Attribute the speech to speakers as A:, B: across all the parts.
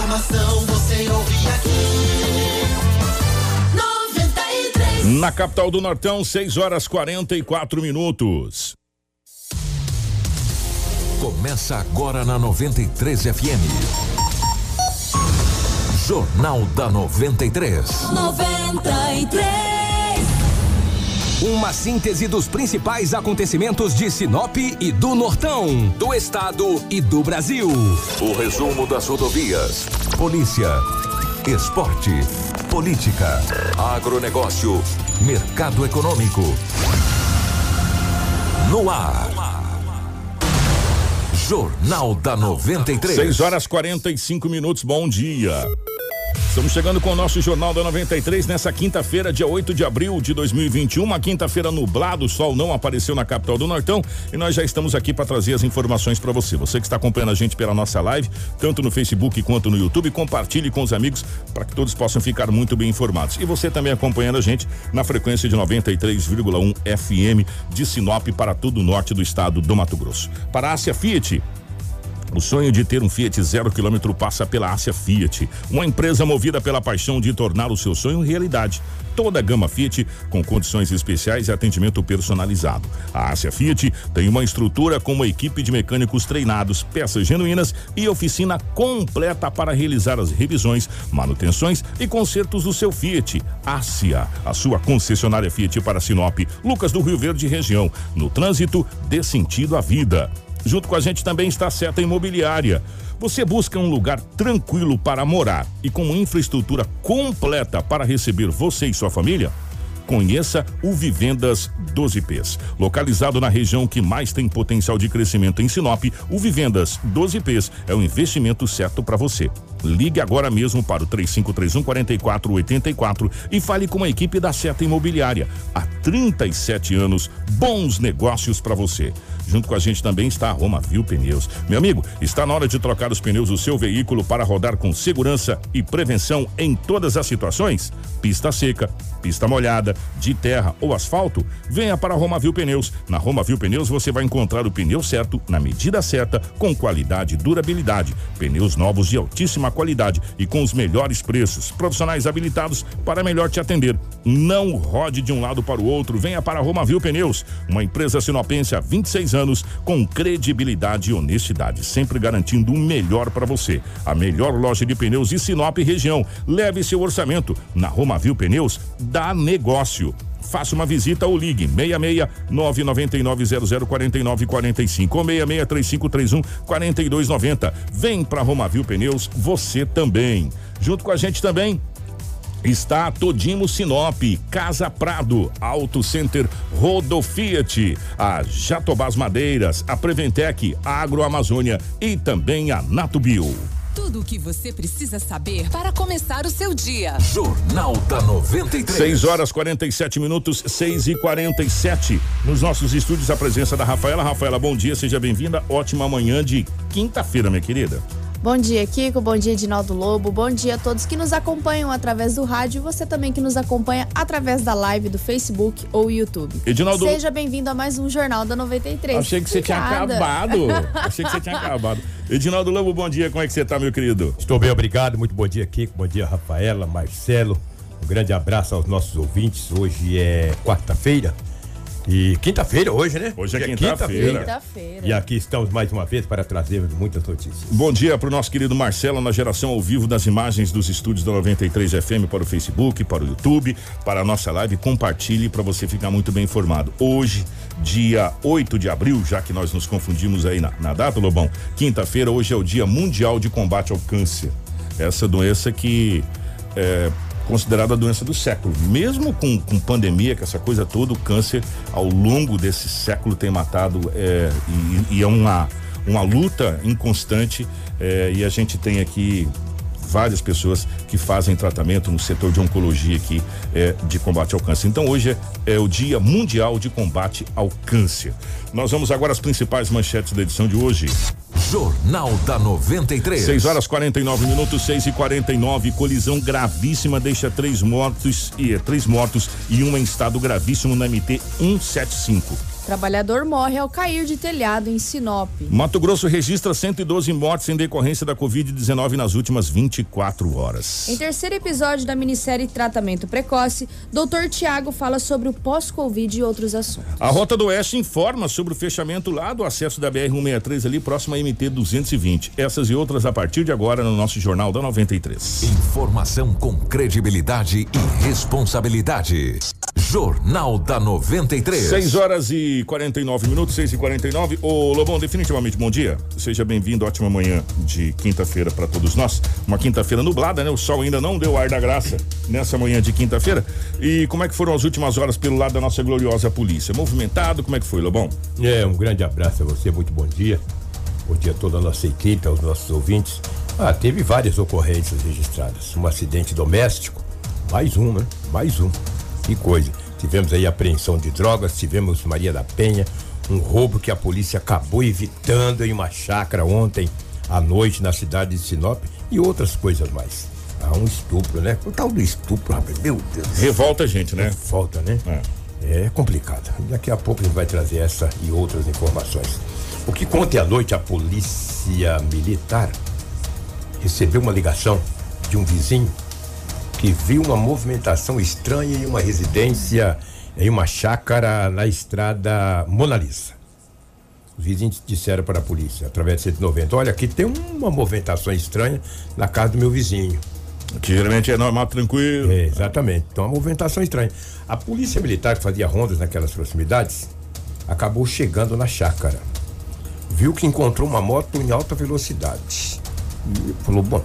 A: informação você ouve aqui. 93.
B: Na capital do Nortão, 6h44.
C: Começa agora na 93 FM. Jornal da 93.
D: 93. Uma síntese dos principais acontecimentos de Sinop e do Nortão, do estado e do Brasil.
C: O resumo das rodovias, polícia, esporte, política, agronegócio, mercado econômico. No ar. Jornal da 93.
B: 6h45. Bom dia. Estamos chegando com o nosso Jornal da 93 nessa quinta-feira, dia 8 de abril de 2021. Uma quinta-feira nublado, o sol não apareceu na capital do Nortão e nós já estamos aqui para trazer as informações para você. Você que está acompanhando a gente pela nossa live, tanto no Facebook quanto no YouTube, compartilhe com os amigos para que todos possam ficar muito bem informados. E você também acompanhando a gente na frequência de 93,1 FM de Sinop para todo o norte do estado do Mato Grosso. Para a Ásia Fiat, o sonho de ter um Fiat 0 km passa pela Ásia Fiat, uma empresa movida pela paixão de tornar o seu sonho realidade. Toda a gama Fiat com condições especiais e atendimento personalizado. A Ásia Fiat tem uma estrutura com uma equipe de mecânicos treinados, peças genuínas e oficina completa para realizar as revisões, manutenções e consertos do seu Fiat. Ásia, a sua concessionária Fiat para Sinop, Lucas do Rio Verde região. No trânsito, dê sentido à vida. Junto com a gente também está a Seta Imobiliária. Você busca um lugar tranquilo para morar e com infraestrutura completa para receber você e sua família? Conheça o Vivendas 12Ps. Localizado na região que mais tem potencial de crescimento em Sinop, o Vivendas 12Ps é o investimento certo para você. Ligue agora mesmo para o 3531-4484 e fale com a equipe da Seta Imobiliária. Há 37 anos, bons negócios para você. Junto com a gente também está a Romavil Pneus. Meu amigo, está na hora de trocar os pneus do seu veículo para rodar com segurança e prevenção em todas as situações? Pista seca, pista molhada, de terra ou asfalto? Venha para a Romavil Pneus. Na Romavil Pneus você vai encontrar o pneu certo, na medida certa, com qualidade e durabilidade. Pneus novos de altíssima qualidade e com os melhores preços. Profissionais habilitados para melhor te atender. Não rode de um lado para o outro. Venha para a Romavil Pneus, uma empresa sinopense há 26 anos com credibilidade e honestidade, sempre garantindo o melhor para você. A melhor loja de pneus de Sinop e região. Leve seu orçamento. Na Romavil Pneus dá negócio. Faça uma visita ou ligue 66 999004945 ou 66 3531 4290. Vem para Romavil Pneus, você também. Junto com a gente também está Todimo Sinop, Casa Prado, Auto Center Rodo Fiat, a Jatobás Madeiras, a Preventec, a Agroamazônia e também a Natubio.
E: Tudo o que você precisa saber para começar o seu dia.
C: Jornal da 93.
B: 6h47, 6h47. Nos nossos estúdios, a presença da Rafaela. Rafaela, bom dia, seja bem-vinda. Ótima manhã de quinta-feira, minha querida.
F: Bom dia, Kiko. Bom dia, Edinaldo Lobo. Bom dia a todos que nos acompanham através do rádio e você também que nos acompanha através da live do Facebook ou YouTube.
B: Edinaldo...
F: Seja bem-vindo a mais um Jornal da 93.
B: Achei que você tinha acabado. Edinaldo Lobo, bom dia. Como é que você tá, meu querido?
G: Estou bem, obrigado. Muito bom dia, Kiko. Bom dia, Rafaela, Marcelo. Um grande abraço aos nossos ouvintes. Hoje é quarta-feira. E quinta-feira hoje, né?
B: Hoje é quinta-feira.
G: E aqui estamos mais uma vez para trazermos muitas notícias.
B: Bom dia para o nosso querido Marcelo na geração ao vivo das imagens dos estúdios da 93 FM para o Facebook, para o YouTube, para a nossa live. Compartilhe para você ficar muito bem informado. Hoje, dia 8 de abril, já que nós nos confundimos aí na data, Lobão, quinta-feira, hoje é o Dia Mundial de Combate ao Câncer. Essa doença que é considerada a doença do século. Mesmo com pandemia, com essa coisa toda, o câncer ao longo desse século tem matado e é uma luta inconstante e a gente tem aqui várias pessoas que fazem tratamento no setor de oncologia aqui de combate ao câncer. Então hoje é o Dia Mundial de Combate ao Câncer. Nós vamos agora às principais manchetes da edição de hoje.
C: Jornal da 93.
B: 6h49, 6h49. Colisão gravíssima deixa 3 mortos e 1 em estado gravíssimo na MT 175.
F: Trabalhador morre ao cair de telhado em Sinop.
B: Mato Grosso registra 112 mortes em decorrência da Covid-19 nas últimas 24 horas.
F: Em terceiro episódio da minissérie Tratamento Precoce, Dr. Tiago fala sobre o pós-Covid e outros assuntos.
B: A Rota do Oeste informa sobre o fechamento lá do acesso da BR-163 ali próximo à MT-220. Essas e outras a partir de agora no nosso Jornal da 93.
C: Informação com credibilidade e responsabilidade. Jornal da 93.
B: 6 horas e 49 minutos, 6h49. Ô Lobão, definitivamente bom dia. Seja bem-vindo, ótima manhã de quinta-feira para todos nós. Uma quinta-feira nublada, né? O sol ainda não deu ar da graça nessa manhã de quinta-feira. E como é que foram as últimas horas pelo lado da nossa gloriosa polícia? Movimentado, como é que foi, Lobão?
G: Um grande abraço a você, muito bom dia. Bom dia a toda a nossa equipe, aos nossos ouvintes. Teve várias ocorrências registradas. Um acidente doméstico, mais um, né? Mais um. Que coisa. Tivemos aí apreensão de drogas, tivemos Maria da Penha, um roubo que a polícia acabou evitando em uma chácara ontem à noite na cidade de Sinop e outras coisas mais. Um estupro, né? O tal do estupro, rapaz, meu Deus.
B: Revolta a gente, né?
G: Revolta, né? É complicado. Daqui a pouco a gente vai trazer essa e outras informações. O que ontem à noite a polícia militar recebeu uma ligação de um vizinho que viu uma movimentação estranha em uma residência, em uma chácara na estrada Mona Lisa. Os vizinhos disseram para a polícia, através de 190, olha, aqui tem uma movimentação estranha na casa do meu vizinho.
B: Que geralmente é normal, tranquilo.
G: Exatamente, então uma movimentação estranha. A polícia militar que fazia rondas naquelas proximidades acabou chegando na chácara. Viu que encontrou uma moto em alta velocidade. E falou, bom,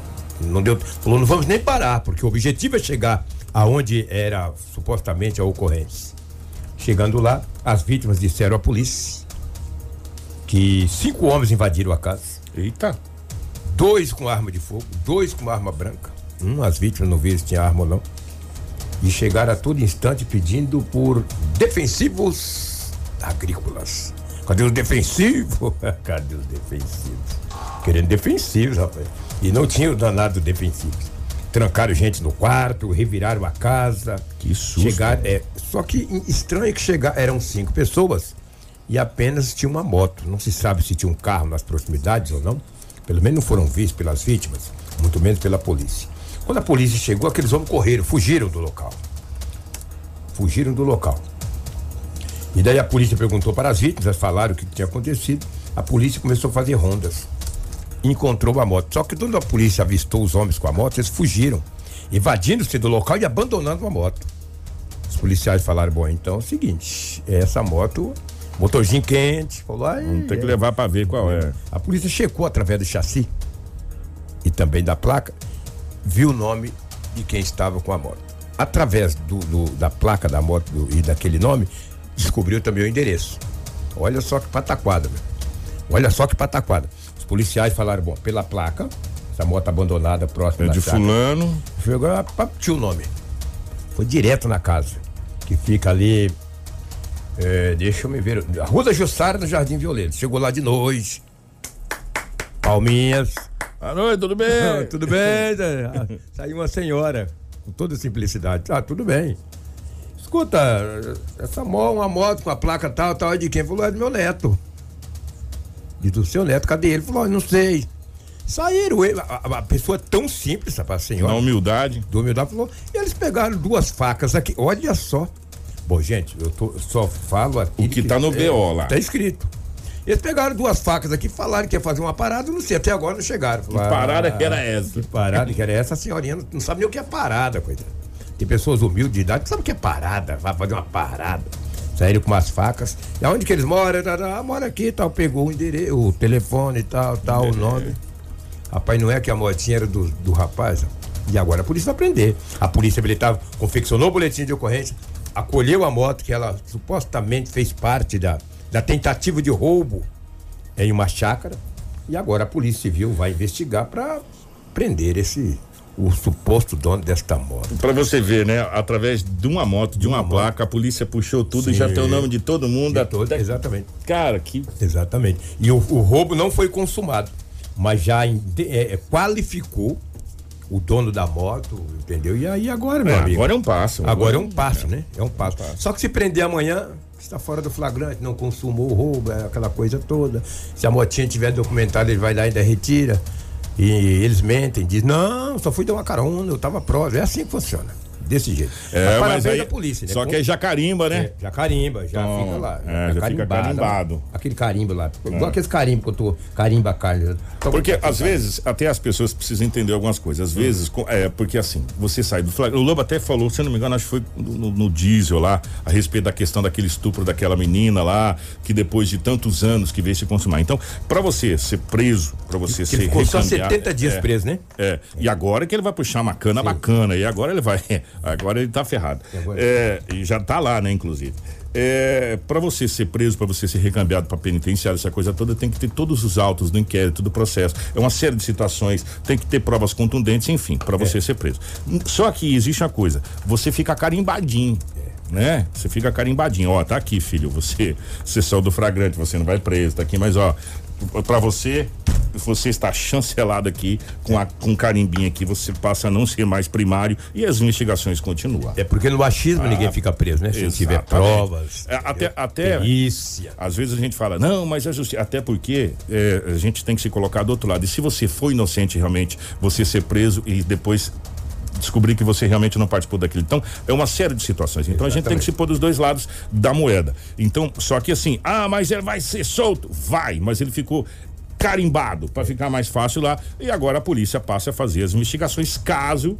G: não vamos nem parar, porque o objetivo é chegar aonde era supostamente a ocorrência. Chegando lá, as vítimas disseram à polícia que 5 homens invadiram a casa.
B: Eita!
G: 2 com arma de fogo, 2 com arma branca. As vítimas não viram se tinha arma ou não. E chegaram a todo instante pedindo por defensivos agrícolas. Cadê os defensivos? Cadê os defensivos? Querendo defensivos, rapaz. E não tinha o danado defensivos. Trancaram gente no quarto, reviraram a casa.
B: Que susto.
G: Chegaram, só que estranho que chegaram, eram 5 pessoas e apenas tinha uma moto. Não se sabe se tinha um carro nas proximidades ou não. Pelo menos não foram vistos pelas vítimas, muito menos pela polícia. Quando a polícia chegou, aqueles homens correram, fugiram do local. E daí a polícia perguntou para as vítimas, falaram o que tinha acontecido. A polícia começou a fazer rondas. Encontrou a moto. Só que quando a polícia avistou os homens com a moto, eles fugiram, invadindo-se do local e abandonando a moto. Os policiais falaram, bom, então é o seguinte, essa moto, motorzinho quente, falou,
B: vamos ter que levar para ver qual é.
G: A polícia checou através do chassi e também da placa, viu o nome de quem estava com a moto. Através da placa da moto e daquele nome, descobriu também o endereço. Olha só que pataquada, meu. Olha só que pataquada. Os policiais falaram, bom, pela placa, essa moto abandonada próxima da
B: de chácara, fulano.
G: Chegou, tinha o nome. Foi direto na casa, que fica ali, deixa eu me ver, a Rua da Jussara, no Jardim Violeta. Chegou lá de noite, palminhas.
B: Boa noite, tudo bem?
G: Tudo bem. Saiu uma senhora, com toda simplicidade. Tudo bem. Escuta, uma moto com a placa tal, é de quem? Falou, é do meu neto. E do seu neto, cadê ele? Falou, não sei. Saíram, a pessoa tão simples, a senhora.
B: Na humildade.
G: Falou, e eles pegaram 2 facas aqui, olha só. Bom, gente, eu só falo aqui.
B: O que tá no BO lá.
G: Tá escrito. Eles pegaram 2 facas aqui, falaram que ia fazer uma parada, não sei, até agora não chegaram.
B: Falaram, que parada que era essa?
G: Que parada que era essa? A senhorinha não sabe nem o que é parada, coitada. Tem pessoas humildes de idade que sabem o que é parada, vai fazer uma parada. Saíram com umas facas. E aonde que eles moram? Mora aqui, tal. Pegou o endereço, o telefone e tal, o nome. Rapaz, não é que a motinha era do rapaz? E agora a polícia vai prender. A polícia militar confeccionou o boletim de ocorrência, acolheu a moto que ela supostamente fez parte da tentativa de roubo em uma chácara. E agora a Polícia Civil vai investigar para prender o suposto dono desta moto.
B: Pra você ver, né? Através de uma moto, de uma placa, a polícia puxou tudo. Sim. E já tem o nome de todo mundo.
G: Exatamente.
B: Cara, que...
G: Exatamente. E o roubo não foi consumado, mas já qualificou o dono da moto, entendeu? E aí agora, meu amigo.
B: Agora é um passo.
G: Agora é um passo, né? É um passo. Só que se prender amanhã, está fora do flagrante, não consumou o roubo, aquela coisa toda. Se a motinha tiver documentado, ele vai lá e ainda retira. E eles mentem, dizem, não, só fui dar uma carona, eu tava próximo. É assim que funciona. Desse jeito.
B: Mas aí,
G: da polícia, né?
B: Só que aí já carimba, né?
G: Já carimba, já fica lá.
B: Já fica carimbado.
G: Aquele carimbo lá. Igual aqueles carimbos que eu tô carimba a carne.
B: Porque às vezes, até as pessoas precisam entender algumas coisas. Às vezes, porque assim, você sai do flagrante. O Lobo até falou, se eu não me engano, acho que foi no diesel lá, a respeito da questão daquele estupro daquela menina lá, que depois de tantos anos que veio se consumar. Então, pra você ser preso, pra você ser
G: ficou só 70 dias preso, né?
B: E agora que ele vai puxar uma cana bacana, e agora ele vai. Agora ele tá ferrado. E já tá lá, né, inclusive. Para você ser preso, para você ser recambiado para penitenciário, essa coisa toda, tem que ter todos os autos do inquérito, do processo. É uma série de situações, tem que ter provas contundentes, enfim, para você ser preso. Só que existe uma coisa, você fica carimbadinho. Né? Você fica carimbadinho, ó, tá aqui, filho, você saiu do flagrante, você não vai preso, tá aqui, mas ó, pra você está chancelado aqui com um carimbinho aqui, você passa a não ser mais primário e as investigações continuam.
G: É porque no achismo ninguém fica preso, né? Se não tiver provas.
B: Até perícia. Às vezes a gente fala, não, mas a justiça, até porque a gente tem que se colocar do outro lado. E se você for inocente realmente, você ser preso e depois descobrir que você realmente não participou daquilo. Então, é uma série de situações. Então, a gente tem que se pôr dos dois lados da moeda. Então, só que assim, mas ele vai ser solto? Vai, mas ele ficou carimbado para ficar mais fácil lá, e agora a polícia passa a fazer as investigações caso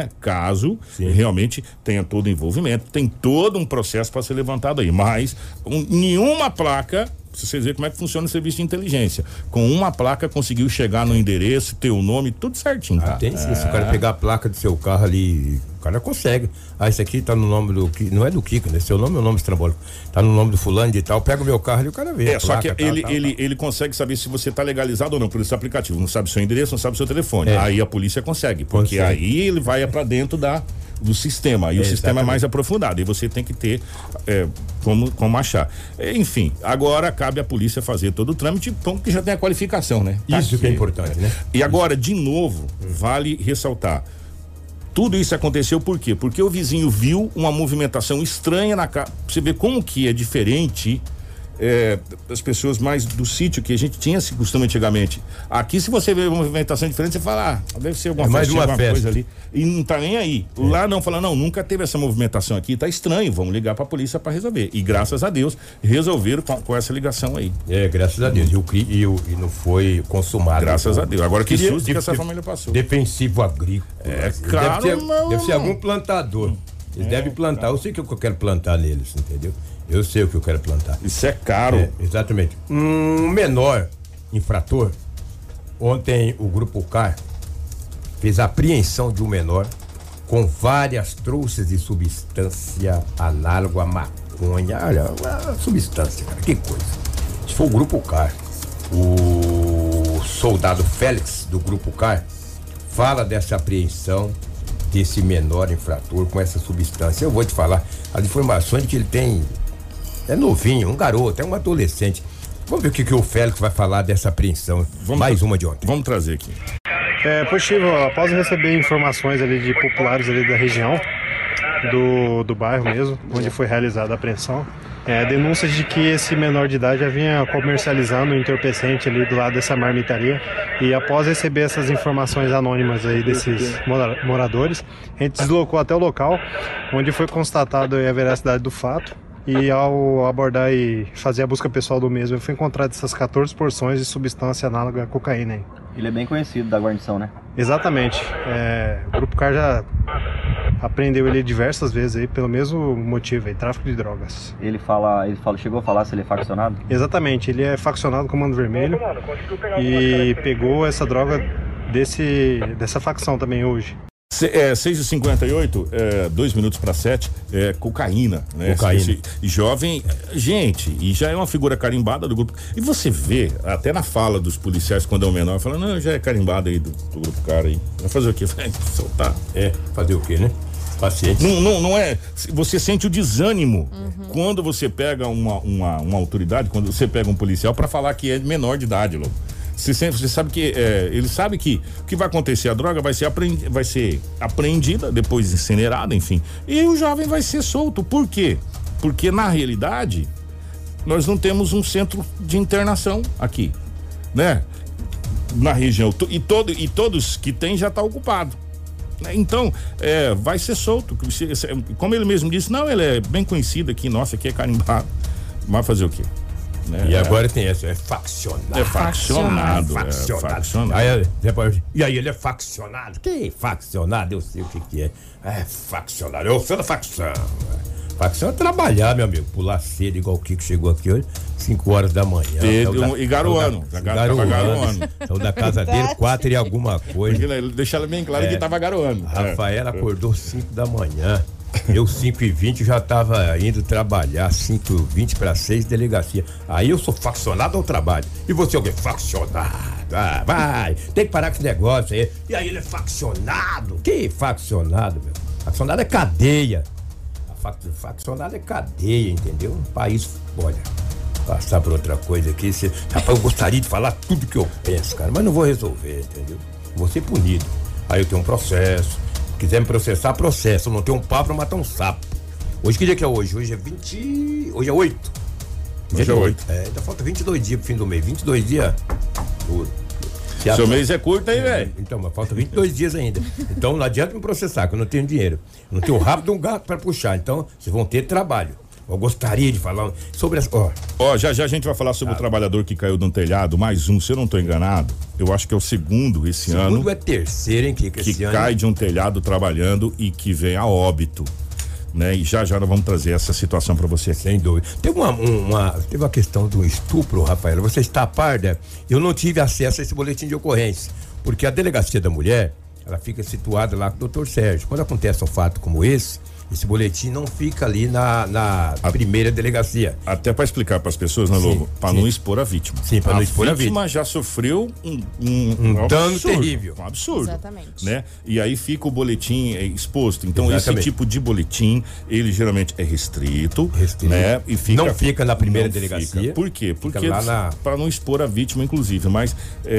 B: realmente tenha todo o envolvimento, tem todo um processo para ser levantado aí, mas nenhuma placa, pra vocês verem como é que funciona o serviço de inteligência, com uma placa conseguiu chegar no endereço, ter o nome, tudo certinho, tá?
G: Tem sim, se o cara pegar a placa do seu carro ali, o cara consegue. Esse aqui tá no nome do, não é do Kiko, né? Seu nome é o nome estrambólico, tá no nome do fulano de tal, pega o meu carro e o cara vê.
B: Só que ele consegue saber se você tá legalizado ou não por esse aplicativo, não sabe o seu endereço, não sabe o seu telefone, aí a polícia consegue, porque aí ele vai pra dentro do sistema, e o sistema é mais aprofundado, e você tem que ter como achar. Enfim, agora cabe à polícia fazer todo o trâmite, que já tem a qualificação, né?
G: Isso que é importante, né?
B: E agora, de novo, vale ressaltar, tudo isso aconteceu por quê? Porque o vizinho viu uma movimentação estranha na casa. Você vê como que é diferente das pessoas mais do sítio, que a gente tinha esse costume antigamente. Aqui, se você vê uma movimentação diferente, você fala, deve ser alguma coisa ali. E não tá nem aí. Lá não, fala, não, nunca teve essa movimentação aqui, tá estranho, vamos ligar pra polícia pra resolver. E graças a Deus, resolveram com essa ligação aí.
G: Graças a Deus. E não foi consumado.
B: Graças a Deus. Agora que susto que essa família passou.
G: Defensivo agrícola.
B: Claro.
G: Deve ser algum plantador. Eles devem plantar. Eu sei o que eu quero plantar neles, entendeu? Eu sei o que eu quero plantar.
B: Isso é caro.
G: Exatamente. Um menor infrator, ontem o Grupo CAR fez a apreensão de um menor com várias trouxas de substância análoga à maconha. Olha, uma substância, cara, que coisa. Isso foi o Grupo CAR. O soldado Félix, do Grupo CAR, fala dessa apreensão desse menor infrator com essa substância. Eu vou te falar as informações de que ele tem. É novinho, um garoto, é um adolescente. Vamos ver o que o Félix vai falar dessa apreensão. Mais uma de ontem.
B: Vamos trazer aqui.
H: Positivo, após receber informações ali de populares ali da região, do bairro mesmo, onde foi realizada a apreensão, denúncias de que esse menor de idade já vinha comercializando um entorpecente ali do lado dessa marmitaria, e após receber essas informações anônimas aí desses moradores, a gente deslocou até o local, onde foi constatado a veracidade do fato. E ao abordar e fazer a busca pessoal do mesmo, foi encontrado essas 14 porções de substância análoga à cocaína aí.
I: Ele é bem conhecido da guarnição, né?
H: Exatamente. O Grupo CAR já apreendeu ele diversas vezes aí pelo mesmo motivo aí, tráfico de drogas.
I: Ele chegou a falar se ele é faccionado?
H: Exatamente, ele é faccionado Comando Vermelho e pegou essa droga dessa facção também hoje.
B: 6h58, 2 minutos para 7, cocaína, né?
G: Cocaína.
B: Jovem, gente, e já é uma figura carimbada do grupo. E você vê, até na fala dos policiais, quando é um menor, falando, não, já é carimbada aí do Grupo CAR aí. Vai fazer o quê? Vai soltar.
G: Fazer o quê, né? Paciente.
B: Não é. Você sente o desânimo quando você pega uma autoridade, quando você pega um policial para falar que é menor de idade, louco. Você sabe que ele sabe que o que vai acontecer, a droga vai ser apreendida, depois incinerada, enfim, e o jovem vai ser solto. Por quê? Porque na realidade nós não temos um centro de internação aqui, né? Na região, e todos que tem já tá ocupado. Então, vai ser solto. Como ele mesmo disse, não, ele é bem conhecido aqui, nossa, aqui é carimbado. Vai fazer o quê?
G: E agora tem essa, é faccionado.
B: É faccionado.
G: Aí, depois, e aí ele é faccionado. Que faccionado? Eu sei o que é. É faccionado. Eu sou da facção. Facção é trabalhar, meu amigo. Pular cedo, igual o Kiko chegou aqui hoje, 5 horas da manhã.
B: E garoando.
G: Saiu da casa dele, 4 e alguma coisa.
B: Deixar bem claro que tava garoando.
G: Rafael acordou 5 da manhã. Eu 5h20 já tava indo trabalhar, 5h20 para 6, delegacia. Aí eu sou faccionado ao trabalho. E você é o quê? Faccionado. Ah, vai, tem que parar com esse negócio aí. E aí ele é faccionado. Que faccionado, meu? Faccionado é cadeia. Faccionado é cadeia, entendeu? Um país, olha, passar por outra coisa aqui. Rapaz, eu gostaria de falar tudo que eu penso, cara, mas não vou resolver, entendeu? Vou ser punido. Aí eu tenho um processo. Quiser me processar, processo. Eu não tenho um pau pra matar um sapo. Hoje, que dia que é hoje? Hoje é 20. Hoje é 8.
B: Hoje é 8.
G: Ainda falta 22 dias pro fim do mês. 22 dias.
B: Seu mês é curto aí, velho.
G: Então, mas falta 22 dias ainda. Então não adianta me processar, que eu não tenho dinheiro. Eu não tenho o rabo de um gato pra puxar. Então, vocês vão ter trabalho. Eu gostaria de falar sobre as.
B: Já a gente vai falar sobre o trabalhador que caiu de um telhado, mais um, se eu não estou enganado, eu acho que é o segundo esse ano.
G: Segundo é terceiro, hein, que
B: cai de um telhado trabalhando e que vem a óbito, né? E já nós vamos trazer essa situação para você aqui.
G: Sem dúvida. Teve uma questão do estupro, Rafael. Você está a par, né? Eu não tive acesso a esse boletim de ocorrência, porque a delegacia da mulher, ela fica situada lá com o doutor Sérgio. Quando acontece um fato como esse boletim não fica ali na primeira delegacia.
B: Até para explicar para as pessoas, né, Lobo? Para não expor a vítima.
G: Sim, para não expor a vítima.
B: A vítima já sofreu um
G: dano
B: absurdo,
G: terrível.
B: Um absurdo.
F: Exatamente.
B: Né? E aí fica o boletim exposto. Então,
G: Exatamente.
B: esse tipo de boletim, ele geralmente é restrito. Né? E
G: não fica na primeira delegacia.
B: Fica. Por quê? Porque
G: para
B: não expor a vítima, inclusive. Mas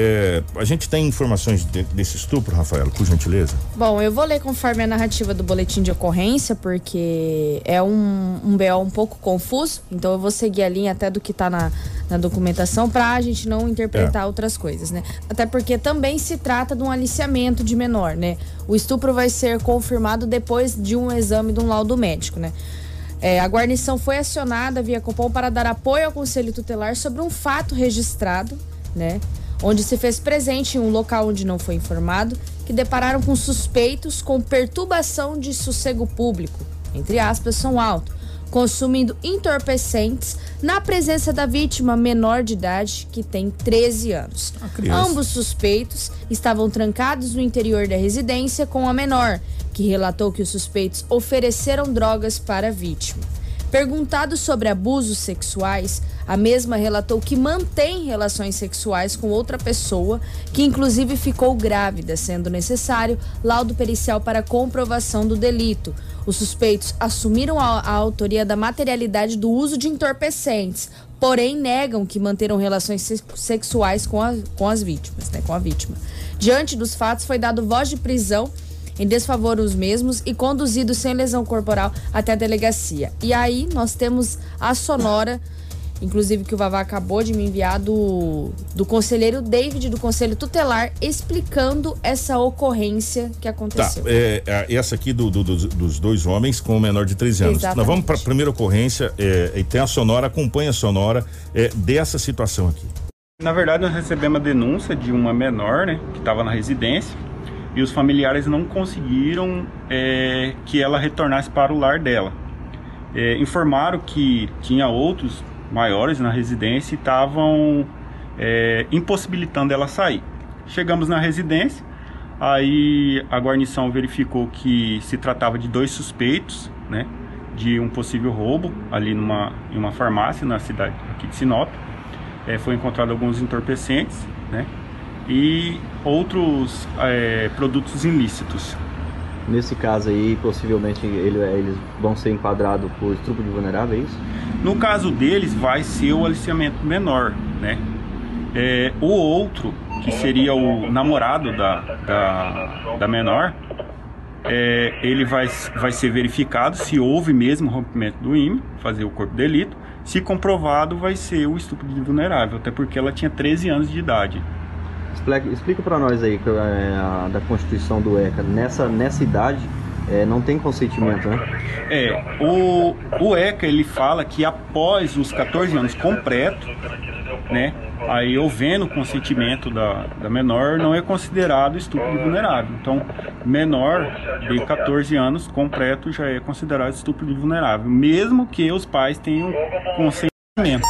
B: a gente tem informações desse estupro, Rafael, por gentileza?
F: Bom, eu vou ler conforme a narrativa do boletim de ocorrência, porque é um BO um pouco confuso, então eu vou seguir a linha até do que tá na documentação pra gente não interpretar outras coisas, né? Até porque também se trata de um aliciamento de menor, né? O estupro vai ser confirmado depois de um exame de um laudo médico, né? A guarnição foi acionada via Copom para dar apoio ao Conselho Tutelar sobre um fato registrado, né? Onde se fez presente em um local onde não foi informado, que depararam com suspeitos com perturbação de sossego público, entre aspas, som alto, consumindo entorpecentes na presença da vítima menor de idade, que tem 13 anos. Ambos suspeitos estavam trancados no interior da residência com a menor, que relatou que os suspeitos ofereceram drogas para a vítima. Perguntado sobre abusos sexuais, a mesma relatou que mantém relações sexuais com outra pessoa, que inclusive ficou grávida, sendo necessário laudo pericial para comprovação do delito. Os suspeitos assumiram a autoria da materialidade do uso de entorpecentes, porém negam que manteram relações sexuais com as vítimas, né, com a vítima. Diante dos fatos, foi dado voz de prisão em desfavor dos mesmos e conduzido sem lesão corporal até a delegacia. E aí nós temos a sonora, inclusive que o Vavá acabou de me enviar, do conselheiro David do Conselho Tutelar, explicando essa ocorrência que aconteceu.
B: Essa aqui dos dois homens com o menor de 13 anos.
F: Exatamente.
B: Nós vamos para a primeira ocorrência e tem a sonora, acompanha a sonora dessa situação aqui.
J: Na verdade, nós recebemos a denúncia de uma menor, né, que estava na residência, e os familiares não conseguiram que ela retornasse para o lar dela. Informaram que tinha outros maiores na residência e estavam impossibilitando ela sair. Chegamos na residência, aí a guarnição verificou que se tratava de 2 suspeitos, né, de um possível roubo ali em uma farmácia na cidade aqui de Sinop. Foi encontrado alguns entorpecentes, né, e outros produtos ilícitos.
I: Nesse caso aí, possivelmente eles vão ser enquadrados por estupro de vulnerável, é isso?
J: No caso deles, vai ser o aliciamento menor, né? O outro, que seria o namorado da menor, ele vai ser verificado se houve mesmo rompimento do ímã, fazer o corpo de delito. Se comprovado, vai ser o estupro de vulnerável, até porque ela tinha 13 anos de idade.
I: Explica para nós aí da Constituição do ECA. Nessa idade não tem consentimento, né?
J: O ECA ele fala que após os 14 anos completo, né? Aí, havendo consentimento da menor, não é considerado estupro de vulnerável. Então, menor de 14 anos completo já é considerado estupro de vulnerável, mesmo que os pais tenham consentimento.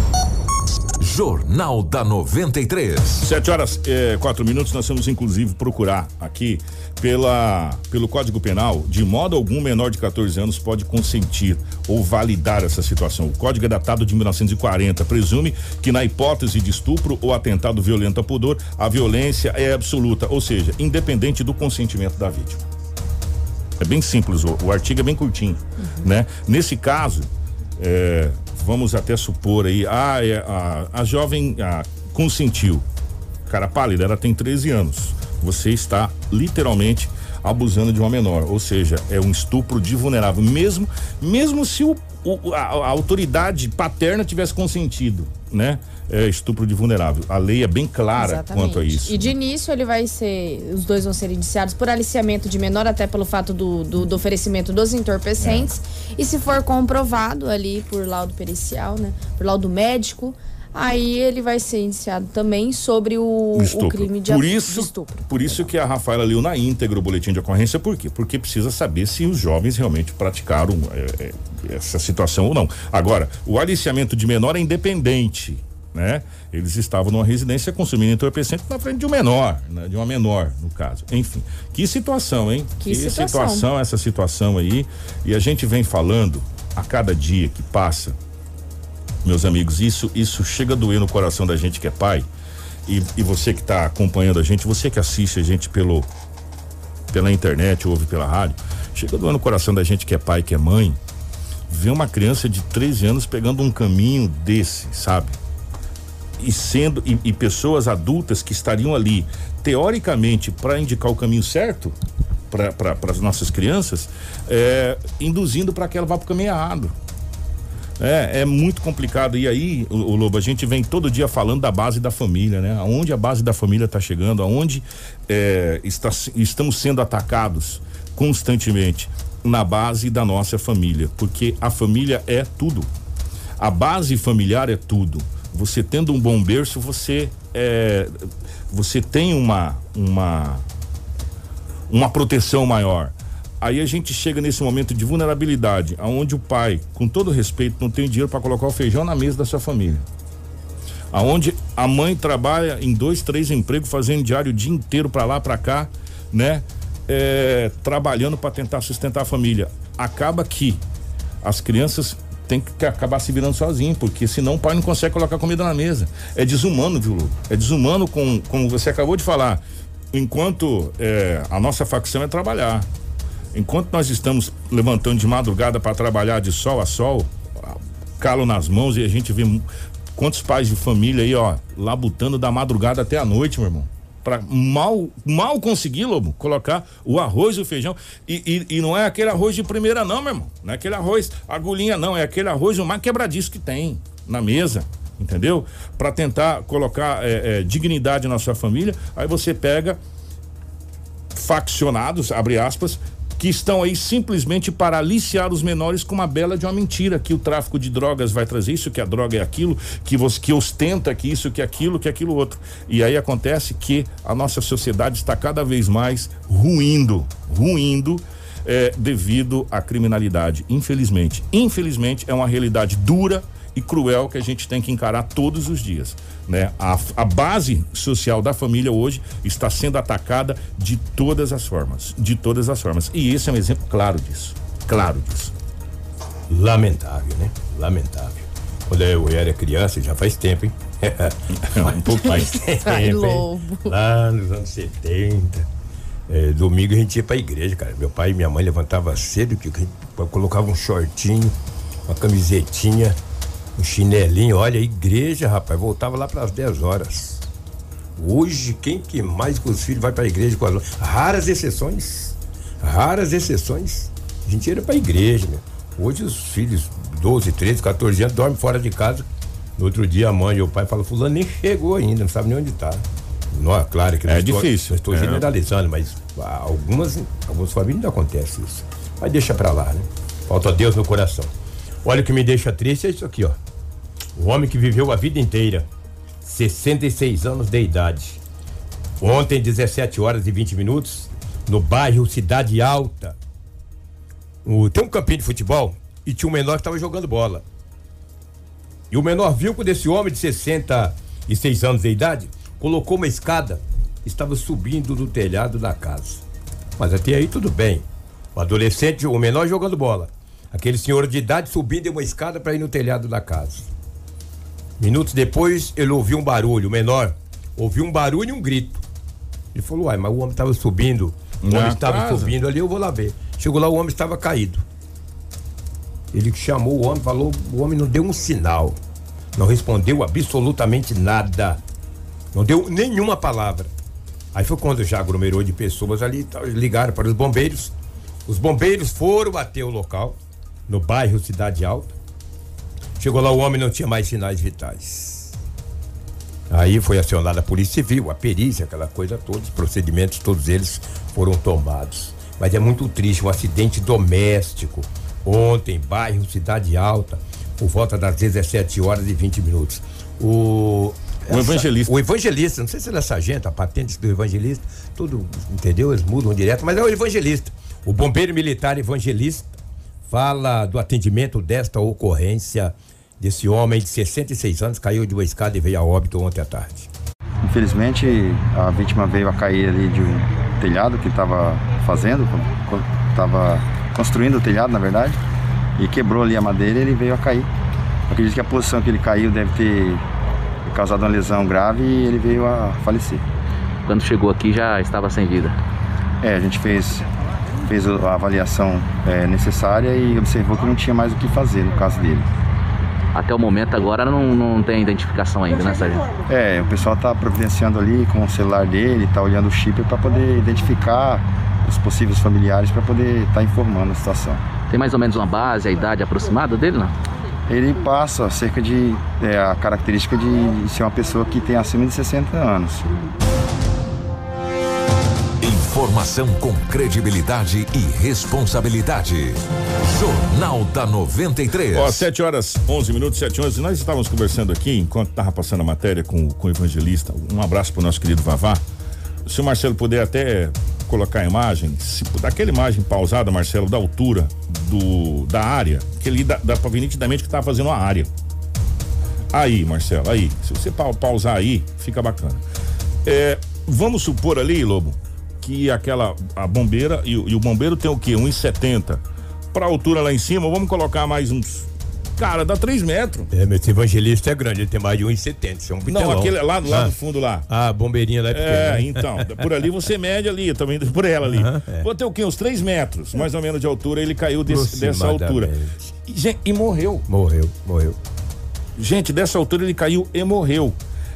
C: Jornal da 93.
B: 7h04, nós vamos inclusive procurar aqui pelo Código Penal, de modo algum menor de 14 anos pode consentir ou validar essa situação. O código é datado de 1940, presume que na hipótese de estupro ou atentado violento a pudor, a violência é absoluta, ou seja, independente do consentimento da vítima. É bem simples, o artigo é bem curtinho, né? Nesse caso, vamos até supor aí, a jovem consentiu, cara pálida, ela tem 13 anos, você está literalmente abusando de uma menor, ou seja, é um estupro de vulnerável, mesmo se a autoridade paterna tivesse consentido, né? É estupro de vulnerável. A lei é bem clara. Exatamente. Quanto a isso.
F: E de início os dois vão ser indiciados por aliciamento de menor, até pelo fato do oferecimento dos entorpecentes. E se for comprovado ali por laudo pericial, né? Por laudo médico, aí ele vai ser indiciado também sobre o crime de estupro.
B: Por isso que a Rafaela leu na íntegra o boletim de ocorrência. Por quê? Porque precisa saber se os jovens realmente praticaram essa situação ou não. Agora, o aliciamento de menor é independente, né? Eles estavam numa residência consumindo entorpecente na frente de um menor, né? De uma menor, no caso. Enfim, que situação, hein? Que situação essa situação aí. E a gente vem falando a cada dia que passa, meus amigos, isso chega a doer no coração da gente que é pai. E você que está acompanhando a gente, você que assiste a gente pela internet, ouve pela rádio, chega a doer no coração da gente que é pai, que é mãe, ver uma criança de 13 anos pegando um caminho desse, sabe? E pessoas adultas que estariam ali, teoricamente, para indicar o caminho certo para as nossas crianças, induzindo para que ela vá para o caminho errado. É muito complicado. E aí, o Lobo, a gente vem todo dia falando da base da família, né? Aonde a base da família está chegando, aonde estamos sendo atacados constantemente na base da nossa família, porque a família é tudo. A base familiar é tudo. Você tendo um bom berço, você tem uma proteção maior. Aí a gente chega nesse momento de vulnerabilidade, aonde o pai, com todo respeito, não tem dinheiro para colocar o feijão na mesa da sua família. Aonde a mãe trabalha em 2, 3 empregos, fazendo diário o dia inteiro para lá, para cá, né? Trabalhando para tentar sustentar a família. Acaba que as crianças têm que acabar se virando sozinho, porque senão o pai não consegue colocar comida na mesa. É desumano, viu, Lu? É desumano, como você acabou de falar. Enquanto a nossa facção é trabalhar. Enquanto nós estamos levantando de madrugada para trabalhar de sol a sol, calo nas mãos, e a gente vê quantos pais de família aí, ó, labutando da madrugada até a noite, meu irmão, para mal conseguir, Lobo, colocar o arroz e o feijão, e não é aquele arroz de primeira não, meu irmão, não é aquele arroz agulhinha não, é aquele arroz o mais quebradiço que tem na mesa, entendeu? Para tentar colocar dignidade na sua família. Aí você pega faccionados, abre aspas, que estão aí simplesmente para aliciar os menores com uma bela de uma mentira, que o tráfico de drogas vai trazer isso, que a droga é aquilo, que ostenta que isso, que aquilo outro. E aí acontece que a nossa sociedade está cada vez mais ruindo devido à criminalidade, infelizmente. Infelizmente é uma realidade dura e cruel que a gente tem que encarar todos os dias, né? A base social da família hoje está sendo atacada de todas as formas, e esse é um exemplo claro disso.
G: Lamentável, né? Lamentável. Quando eu era criança, já faz tempo, hein?
B: Um pouco mais tempo.
F: Ai, Lobo.
G: Lá nos anos 70, domingo a gente ia pra igreja, cara. Meu pai e minha mãe levantavam cedo, colocava um shortinho, uma camisetinha, um chinelinho, olha, a igreja, rapaz, voltava lá para as 10 horas. Hoje, quem que mais com os filhos vai para a igreja com as raras exceções, Raras exceções, a gente ia pra igreja, né? Hoje os filhos, 12, 13, 14 anos, dormem fora de casa. No outro dia a mãe e o pai falam, fulano nem chegou ainda, não sabe nem onde tá. Não, é claro que
B: difícil.
G: Estou generalizando, mas algumas famílias ainda acontece isso. Mas deixa pra lá, né? Falta Deus no coração. Olha, o que me deixa triste é isso aqui, ó. O homem que viveu a vida inteira, 66 anos de idade. Ontem, 17 horas e 20 minutos, no bairro Cidade Alta. Tem um campinho de futebol e tinha um menor que estava jogando bola. E o menor viu que desse homem de 66 anos de idade colocou uma escada, estava subindo do telhado da casa. Mas até aí tudo bem. O adolescente, o menor jogando bola. Aquele senhor de idade subindo em uma escada para ir no telhado da casa. Minutos depois, ele ouviu um barulho, o menor ouviu um barulho e um grito. Ele falou, mas o homem estava subindo, subindo ali, eu vou lá ver. Chegou lá, o homem estava caído. Ele chamou o homem, falou, o homem não deu um sinal, não respondeu absolutamente nada, não deu nenhuma palavra. Aí foi quando já aglomerou de pessoas ali, ligaram para os bombeiros foram até o local, no bairro Cidade Alta. Chegou lá, o homem não tinha mais sinais vitais. Aí foi acionada a Polícia Civil, a perícia, aquela coisa toda, os procedimentos, todos eles foram tomados. Mas é muito triste, um acidente doméstico. Ontem, bairro Cidade Alta, por volta das 17 horas e 20 minutos. O evangelista, não sei se ele é sargento, a patente do evangelista, tudo, entendeu? Eles mudam direto, mas é o evangelista. O bombeiro militar evangelista fala do atendimento desta ocorrência desse homem de 66 anos, caiu de uma escada e veio a óbito ontem à tarde.
K: Infelizmente, a vítima veio a cair ali de um telhado que estava construindo o telhado, na verdade, e quebrou ali a madeira e ele veio a cair. Eu acredito que a posição que ele caiu deve ter causado uma lesão grave e ele veio a falecer.
L: Quando chegou aqui já estava sem vida?
K: A gente fez a avaliação necessária e observou que não tinha mais o que fazer no caso dele.
L: Até o momento agora não tem identificação ainda, né, sargento?
K: O pessoal está providenciando ali com o celular dele, está olhando o chip para poder identificar os possíveis familiares para poder estar informando a situação.
L: Tem mais ou menos uma base, a idade aproximada dele, não?
K: Ele passa cerca de a característica de ser uma pessoa que tem acima de 60 anos.
C: Informação com credibilidade e responsabilidade. Jornal da 93.
B: 7 horas 11 minutos, 7h11. Nós estávamos conversando aqui, enquanto estava passando a matéria com o evangelista. Um abraço para o nosso querido Vavá. Se o Marcelo puder até colocar a imagem, daquela imagem pausada, Marcelo, da altura da área, que ele dá para ver nitidamente que estava fazendo uma área. Aí, Marcelo, aí. Se você pausar aí, fica bacana. Vamos supor ali, Lobo, que a bombeira e o bombeiro tem o quê? 1,70. Pra altura lá em cima, vamos colocar mais uns. Cara, dá 3 metros.
G: Mas esse evangelista é grande, ele tem mais de 1,70. Isso é um bitelão.
B: Não, aquele lá do fundo lá.
G: A bombeirinha lá é pequena.
B: Então, por ali você mede ali, também por ela ali. Vou ter o quê? Uns 3 metros, mais ou menos de altura, ele caiu dessa altura. E morreu. Morreu. Gente, dessa altura ele caiu e morreu.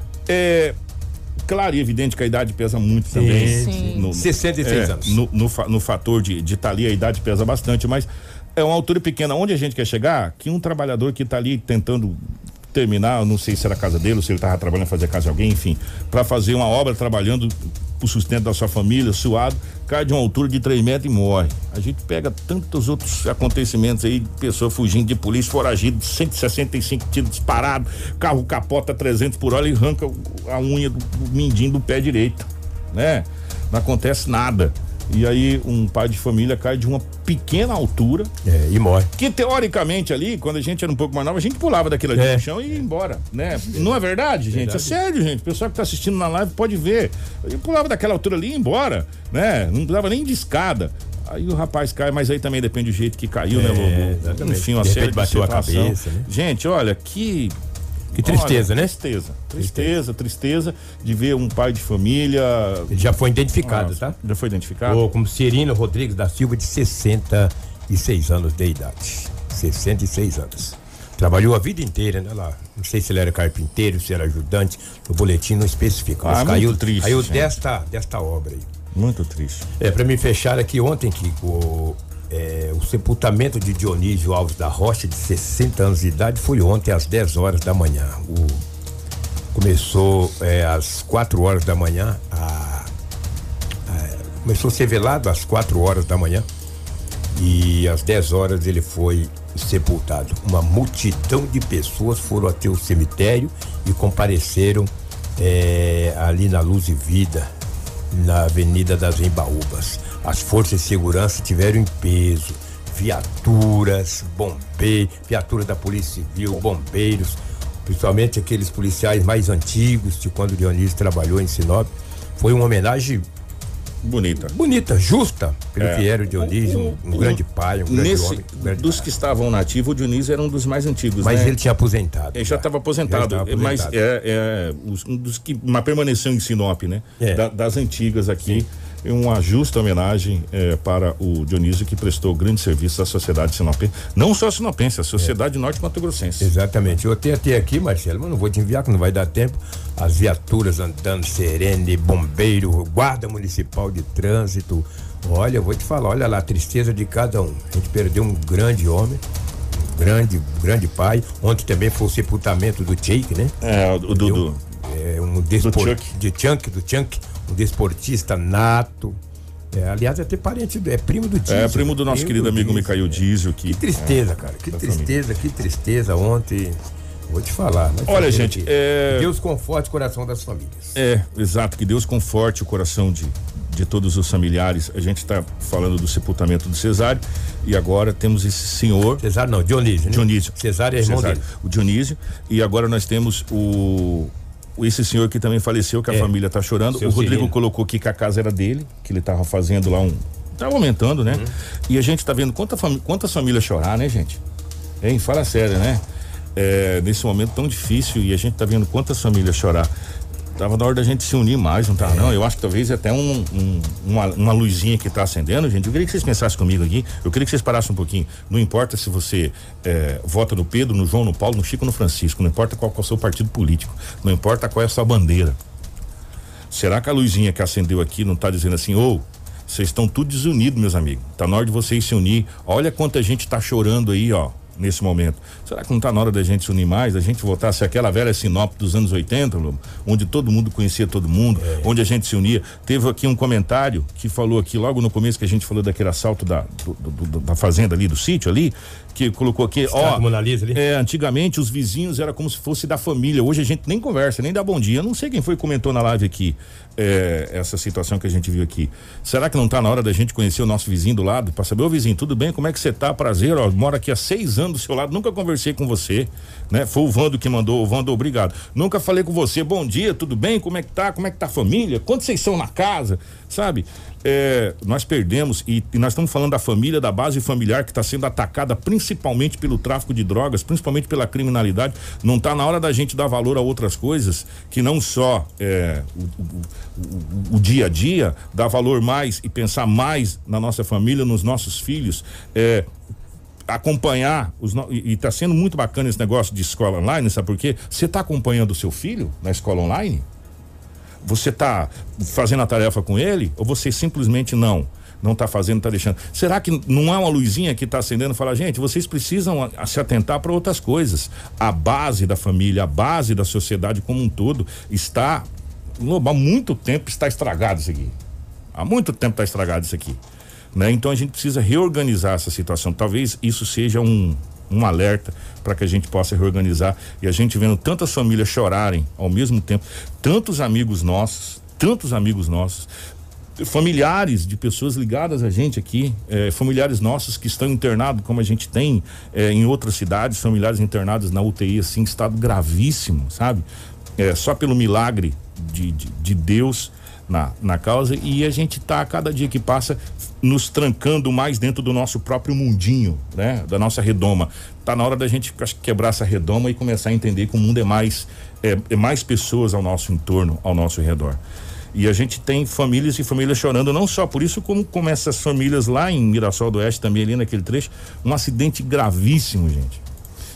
B: Claro e evidente que a idade pesa muito também.
G: Sim. 66 anos.
B: No fator de estar ali, a idade pesa bastante, mas é uma altura pequena. Onde a gente quer chegar? Que um trabalhador que está ali tentando terminar, não sei se era a casa dele ou se ele estava trabalhando fazer a casa de alguém, enfim, para fazer uma obra, trabalhando o sustento da sua família, suado, cai de uma altura de 3 metros e morre. A gente pega tantos outros acontecimentos aí, pessoa fugindo de polícia, foragido, 165 tiros disparados, carro capota 300 por hora e arranca a unha do mindinho do pé direito, né? Não acontece nada. E aí um pai de família cai de uma pequena altura
G: e morre.
B: Que teoricamente ali, quando a gente era um pouco mais nova, a gente pulava daquilo ali no chão e ia embora, né? Não é verdade, gente? É sério, gente. O pessoal que tá assistindo na live pode ver. Eu pulava daquela altura ali e ia embora, né? Não dava nem de escada. Aí o rapaz cai, mas aí também depende do jeito que caiu, né, Lobo?
G: Exatamente.
B: Enfim, uma série de situação.
G: A cabeça, né?
B: Gente, olha, que
G: tristeza, né?
B: Tristeza de ver um pai de família.
G: Ele já foi identificado, tá?
B: Já foi identificado?
G: Como Cirino Rodrigues da Silva, de 66 anos de idade. 66 anos. Trabalhou a vida inteira, né, lá. Não sei se ele era carpinteiro, se era ajudante, no boletim não especifica. Mas caiu
B: triste,
G: desta obra aí.
B: Muito triste.
G: Para me fechar aqui ontem, que o sepultamento de Dionísio Alves da Rocha, de 60 anos de idade, foi ontem às 10 horas da manhã. Começou às 4 horas da manhã, começou a ser velado às 4 horas da manhã e às 10 horas ele foi sepultado. Uma multidão de pessoas foram até o cemitério e compareceram ali na Luz e Vida, na Avenida das Embaúbas. As forças de segurança tiveram em peso, viaturas, viaturas da Polícia Civil, bombeiros, principalmente aqueles policiais mais antigos de quando o Dionísio trabalhou em Sinop. Foi uma homenagem bonita, justa, pelo que era o Dionísio, um grande pai, um grande homem.
B: Dos que estavam na ativa, o Dionísio era um dos mais antigos,
G: mas ele tinha aposentado.
B: Ele já estava aposentado, mas um dos que permaneceu em Sinop, né? Das antigas aqui. Uma justa homenagem para o Dionísio, que prestou grande serviço à sociedade sinopense, não só sinopense, a sociedade norte-mato-grossense.
G: Exatamente. Eu tentei aqui, Marcelo, mas não vou te enviar, que não vai dar tempo. As viaturas andando, serene, bombeiro, guarda municipal de trânsito. Olha, eu vou te falar, olha lá a tristeza de cada um. A gente perdeu um grande homem, um grande pai. Ontem também foi o sepultamento do Chuck, né?
B: O Dudu.
G: Do Chunk, um desportista nato. Aliás, é até parente, primo do Dízio.
B: Primo do nosso querido amigo Micael Dízio.
G: Que tristeza, cara. Que tristeza ontem. Vou te falar.
B: Olha, gente.
G: Que Deus conforte o coração das famílias.
B: Exato. Que Deus conforte o coração de todos os familiares. A gente está falando do sepultamento do Cesário e agora temos esse senhor.
G: Cesário não, Dionísio. Né?
B: Dionísio.
G: Cesário é irmão dele.
B: O Dionísio. E agora nós temos esse senhor que também faleceu, que a família tá chorando. O Rodrigo colocou aqui que a casa era dele, que ele tava fazendo lá tava aumentando, né? E a gente tá vendo quantas famílias chorar, né, gente? Fala sério, né? Nesse momento tão difícil, e a gente tá vendo quantas famílias chorar. Tava na hora da gente se unir mais, não tá? Não, eu acho que talvez até uma luzinha que tá acendendo, gente. Eu queria que vocês pensassem comigo aqui, eu queria que vocês parassem um pouquinho. Não importa se você vota no Pedro, no João, no Paulo, no Chico, no Francisco, não importa qual é o seu partido político, não importa qual é a sua bandeira. Será que a luzinha que acendeu aqui não tá dizendo assim, vocês estão tudo desunidos, meus amigos, tá na hora de vocês se unir. Olha quanta gente tá chorando aí, nesse momento. Será que não tá na hora da gente se unir mais, a gente voltar a ser aquela velha Sinop dos anos 80, onde todo mundo conhecia todo mundo, onde a gente se unia? Teve aqui um comentário que falou aqui logo no começo, que a gente falou daquele assalto da fazenda ali, do sítio ali, que colocou aqui, antigamente os vizinhos era como se fosse da família, hoje a gente nem conversa, nem dá bom dia. Eu não sei quem foi que comentou na live aqui essa situação que a gente viu aqui. Será que não tá na hora da gente conhecer o nosso vizinho do lado, para saber, vizinho, tudo bem, como é que você tá? Prazer, moro aqui há 6 anos do seu lado, nunca conversei com você, né? Foi o Vando que mandou. O Vando, obrigado. Nunca falei com você, bom dia, tudo bem? Como é que tá a família? Quantos vocês são na casa? Sabe? Nós perdemos, e nós estamos falando da família, da base familiar que está sendo atacada principalmente pelo tráfico de drogas, principalmente pela criminalidade. Não está na hora da gente dar valor a outras coisas, que não só o dia a dia, dar valor mais e pensar mais na nossa família, nos nossos filhos, acompanhar e está sendo muito bacana esse negócio de escola online, sabe por quê? Você está acompanhando o seu filho na escola online? Você está fazendo a tarefa com ele, ou você simplesmente não está fazendo, está deixando? Será que não há uma luzinha que está acendendo e fala, gente, vocês precisam se atentar para outras coisas? A base da família, a base da sociedade como um todo está, há muito tempo está estragado isso aqui. Há muito tempo está estragado isso aqui, né? Então a gente precisa reorganizar essa situação. Talvez isso seja um alerta para que a gente possa reorganizar, e a gente vendo tantas famílias chorarem ao mesmo tempo, tantos amigos nossos, familiares de pessoas ligadas a gente aqui, familiares nossos que estão internados, como a gente tem em outras cidades, familiares internados na UTI, assim, em estado gravíssimo, sabe? Só pelo milagre de Deus na causa, e a gente tá, a cada dia que passa, nos trancando mais dentro do nosso próprio mundinho, né? Da nossa redoma. Tá na hora da gente quebrar essa redoma e começar a entender que o mundo é mais pessoas ao nosso entorno, ao nosso redor. E a gente tem famílias e famílias chorando, não só por isso, como essas famílias lá em Mirassol do Oeste, também ali naquele trecho, um acidente gravíssimo, gente.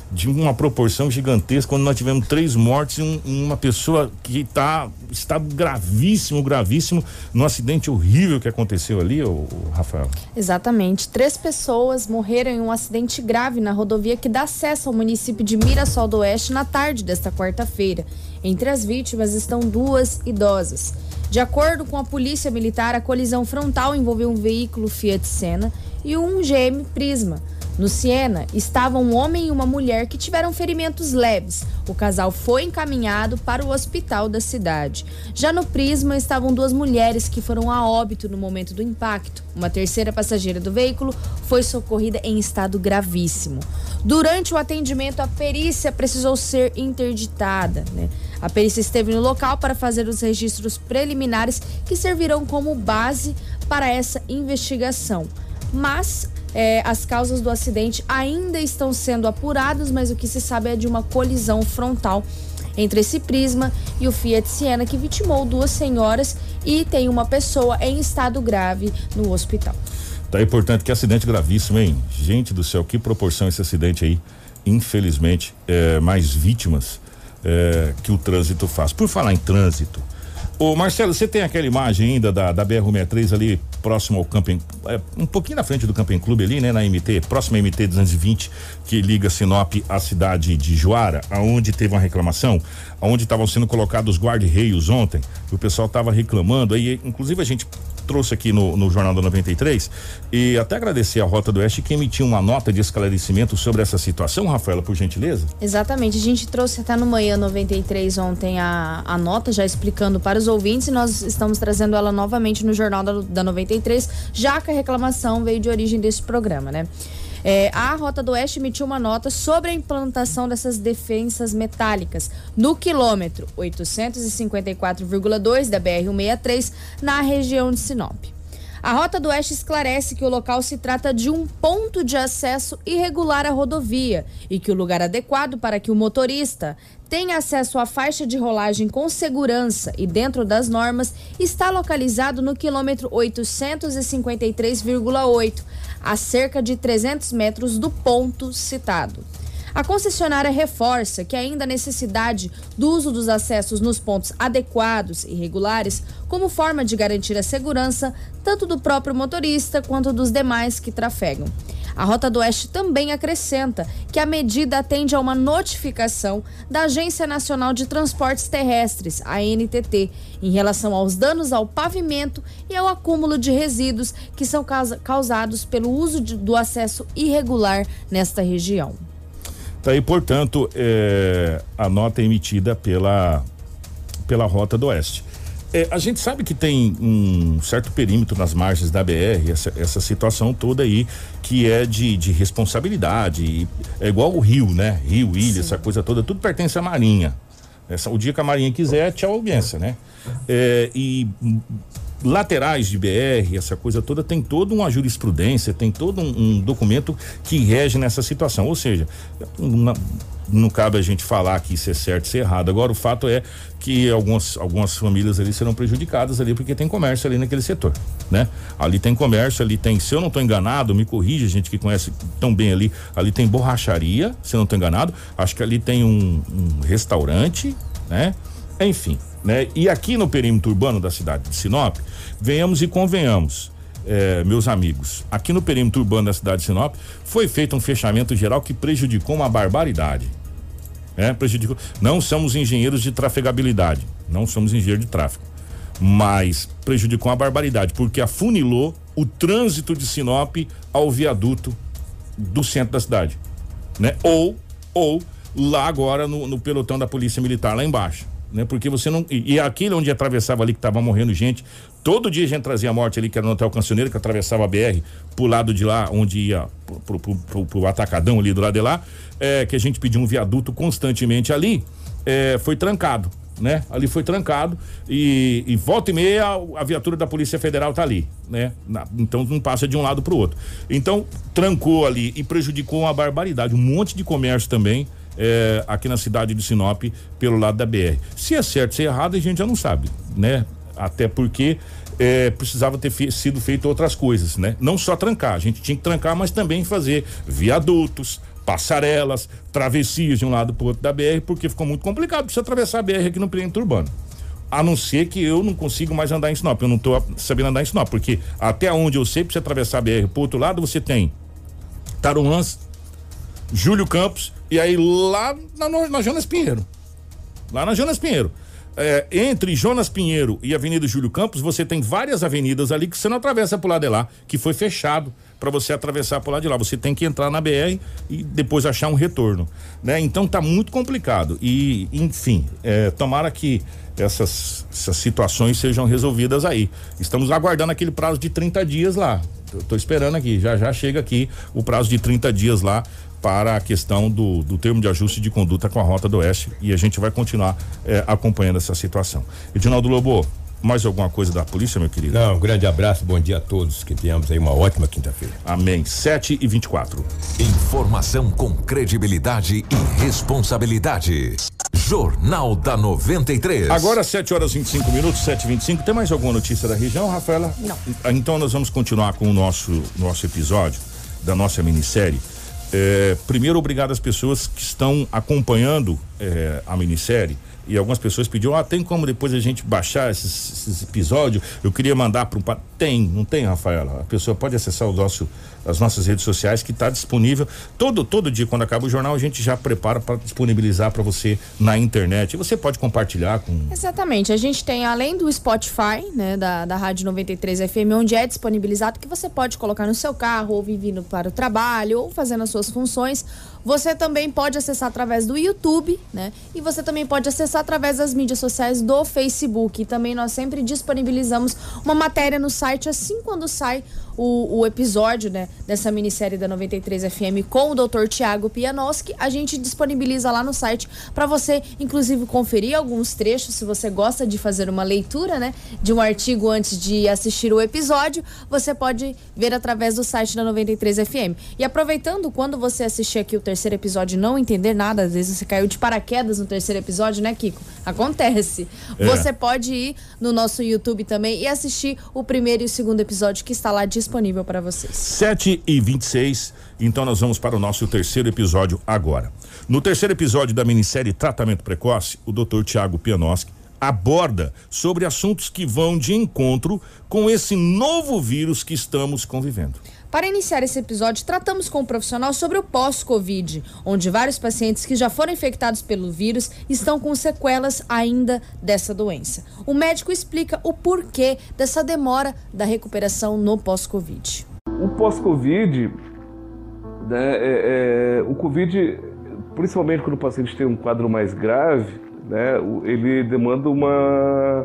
B: de uma proporção gigantesca, quando nós tivemos 3 mortes e uma pessoa que está gravíssimo, num acidente horrível que aconteceu ali, o Rafael.
F: Exatamente, 3 pessoas morreram em um acidente grave na rodovia que dá acesso ao município de Mirassol do Oeste na tarde desta quarta-feira. Entre as vítimas estão 2 idosas. De acordo com a Polícia Militar, a colisão frontal envolveu um veículo Fiat Siena e um GM Prisma. No Siena, estavam um homem e uma mulher que tiveram ferimentos leves. O casal foi encaminhado para o hospital da cidade. Já no Prisma, estavam 2 mulheres que foram a óbito no momento do impacto. Uma terceira passageira do veículo foi socorrida em estado gravíssimo. Durante o atendimento, a perícia precisou ser interditada, A perícia esteve no local para fazer os registros preliminares que servirão como base para essa investigação. Mas as causas do acidente ainda estão sendo apuradas, mas o que se sabe é de uma colisão frontal entre esse Prisma e o Fiat Siena, que vitimou 2 senhoras e tem uma pessoa em estado grave no hospital.
B: Tá aí, portanto, que acidente gravíssimo, hein? Gente do céu, que proporção esse acidente aí. Infelizmente, mais vítimas que o trânsito faz. Por falar em trânsito, ô Marcelo, você tem aquela imagem ainda da BR-163 ali próximo ao Camping, um pouquinho na frente do Camping Clube ali, na MT, próximo à MT 220, que liga Sinop à cidade de Juara, aonde teve uma reclamação, aonde estavam sendo colocados guarda-reios ontem, o pessoal estava reclamando, aí inclusive a gente trouxe aqui no Jornal da 93 e até agradecer a Rota do Oeste que emitiu uma nota de esclarecimento sobre essa situação, Rafaela, por gentileza.
F: Exatamente, a gente trouxe até no Manhã 93 ontem a nota já explicando para os ouvintes e nós estamos trazendo ela novamente no Jornal da 93, já que a reclamação veio de origem desse programa, A Rota do Oeste emitiu uma nota sobre a implantação dessas defensas metálicas no quilômetro 854,2 da BR-163 na região de Sinop. A Rota do Oeste esclarece que o local se trata de um ponto de acesso irregular à rodovia e que o lugar adequado para que o motorista tenha acesso à faixa de rolagem com segurança e dentro das normas está localizado no quilômetro 853,8, a cerca de 300 metros do ponto citado. A concessionária reforça que ainda há necessidade do uso dos acessos nos pontos adequados e regulares como forma de garantir a segurança tanto do próprio motorista quanto dos demais que trafegam. A Rota do Oeste também acrescenta que a medida atende a uma notificação da Agência Nacional de Transportes Terrestres, a ANTT, em relação aos danos ao pavimento e ao acúmulo de resíduos que são causados pelo uso do acesso irregular nesta região.
B: Tá aí, portanto, a nota emitida pela Rota do Oeste. A gente sabe que tem um certo perímetro nas margens da BR, essa situação toda aí, que é de responsabilidade, é igual o rio, Rio, ilha, sim, essa coisa toda, tudo pertence à Marinha. O dia que a Marinha quiser, tchau, audiência, e laterais de BR, essa coisa toda, tem toda uma jurisprudência, tem todo um documento que rege nessa situação, ou seja, não cabe a gente falar que isso é certo, isso é errado. Agora o fato é que algumas famílias ali serão prejudicadas ali porque tem comércio ali naquele setor, Ali tem comércio, ali tem, se eu não estou enganado, me corrija, gente que conhece tão bem ali tem borracharia, se eu não estou enganado, acho que ali tem um restaurante, enfim, E aqui no perímetro urbano da cidade de Sinop, venhamos e convenhamos, meus amigos, aqui no perímetro urbano da cidade de Sinop foi feito um fechamento geral que prejudicou uma barbaridade. Prejudicou. Não somos engenheiros de trafegabilidade, não somos engenheiros de tráfego, mas prejudicou uma barbaridade, porque afunilou o trânsito de Sinop ao viaduto do centro da cidade, Ou lá agora no pelotão da Polícia Militar lá embaixo. Porque você não. E aquele onde atravessava ali que tava morrendo gente, todo dia a gente trazia morte ali, que era no Hotel Cancioneiro, que atravessava a BR pro lado de lá, onde ia pro Atacadão ali do lado de lá, que a gente pediu um viaduto constantemente ali, foi trancado, Ali foi trancado e volta e meia a viatura da Polícia Federal tá ali, Então não passa de um lado pro outro. Então trancou ali e prejudicou uma barbaridade, um monte de comércio também. Aqui na cidade de Sinop, pelo lado da BR. Se é certo, se é errado, a gente já não sabe, Até porque precisava ter sido feito outras coisas, Não só trancar, a gente tinha que trancar, mas também fazer viadutos, passarelas, travessias de um lado para o outro da BR, porque ficou muito complicado pra você atravessar a BR aqui no perímetro urbano. A não ser que eu não consigo mais andar em Sinop, eu não tô sabendo andar em Sinop, porque até onde eu sei, pra você atravessar a BR pro outro lado, você tem Tarumãs, Júlio Campos, e aí lá na Jonas Pinheiro. Lá na Jonas Pinheiro. Entre Jonas Pinheiro e Avenida Júlio Campos, você tem várias avenidas ali que você não atravessa pro lado de lá, que foi fechado para você atravessar pro lado de lá. Você tem que entrar na BR e depois achar um retorno, né? Então tá muito complicado e, enfim, tomara que essas situações sejam resolvidas aí. Estamos aguardando aquele prazo de 30 dias lá. Eu tô esperando aqui, já chega aqui o prazo de 30 dias lá para a questão do termo de ajuste de conduta com a Rota do Oeste, e a gente vai continuar acompanhando essa situação. Edinaldo Lobo, mais alguma coisa da polícia, meu querido?
G: Não, um grande abraço, bom dia a todos, que tenhamos aí uma ótima quinta-feira.
B: Amém. 7h24.
C: Informação com credibilidade e responsabilidade. Jornal da 93.
B: Agora 7h25, 7h25. Tem mais alguma notícia da região, Rafaela?
F: Não.
B: Então nós vamos continuar com o nosso episódio da nossa minissérie. Primeiro, obrigado às pessoas que estão acompanhando a minissérie, e algumas pessoas pediram, tem como depois a gente baixar esses episódios? Eu queria mandar para não tem, Rafaela? A pessoa pode acessar as nossas redes sociais, que está disponível todo dia. Quando acaba o jornal, a gente já prepara para disponibilizar para você na internet, e você pode compartilhar com...
F: Exatamente, a gente tem, além do Spotify, né, da Rádio 93 FM, onde é disponibilizado, que você pode colocar no seu carro, ou vindo para o trabalho, ou fazendo as suas funções. Você também pode acessar através do YouTube, né? E você também pode acessar através das mídias sociais do Facebook. E também nós sempre disponibilizamos uma matéria no site, assim quando sai o episódio, né, dessa minissérie da 93 FM com o Dr. Tiago Pianoski, a gente disponibiliza lá no site para você, inclusive, conferir alguns trechos. Se você gosta de fazer uma leitura, né, de um artigo antes de assistir o episódio, você pode ver através do site da 93 FM. E aproveitando, quando você assistir aqui o terceiro episódio e não entender nada, às vezes você caiu de paraquedas no terceiro episódio, né, Kiko? Acontece. Você pode ir no nosso YouTube também e assistir o primeiro e o segundo episódio, que está lá disponível para vocês.
B: 7h26, então nós vamos para o nosso terceiro episódio agora. No terceiro episódio da minissérie Tratamento Precoce, o Dr. Tiago Pianoski aborda sobre assuntos que vão de encontro com esse novo vírus que estamos convivendo.
F: Para iniciar esse episódio, tratamos com um profissional sobre o pós-Covid, onde vários pacientes que já foram infectados pelo vírus estão com sequelas ainda dessa doença. O médico explica o porquê dessa demora da recuperação no pós-Covid.
M: O pós-Covid, né, o Covid, principalmente quando o paciente tem um quadro mais grave, né, ele demanda uma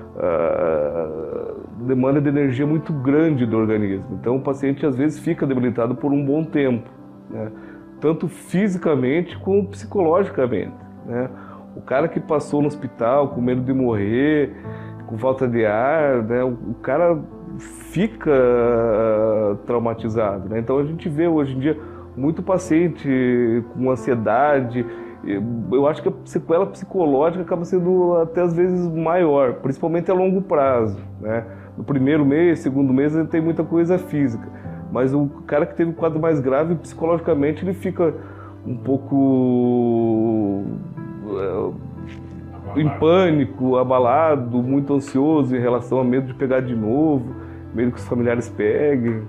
M: demanda de energia muito grande do organismo. Então o paciente às vezes fica debilitado por um bom tempo, né? Tanto fisicamente como psicologicamente, né? O cara que passou no hospital com medo de morrer, com falta de ar, né? O cara fica traumatizado, né? Então a gente vê hoje em dia muito paciente com ansiedade. Eu acho que a sequela psicológica acaba sendo até às vezes maior, principalmente a longo prazo, né? No primeiro mês, segundo mês, ele tem muita coisa física, mas o cara que teve um quadro mais grave, psicologicamente, ele fica um pouco em pânico, abalado, muito ansioso em relação a medo de pegar de novo, medo que os familiares peguem.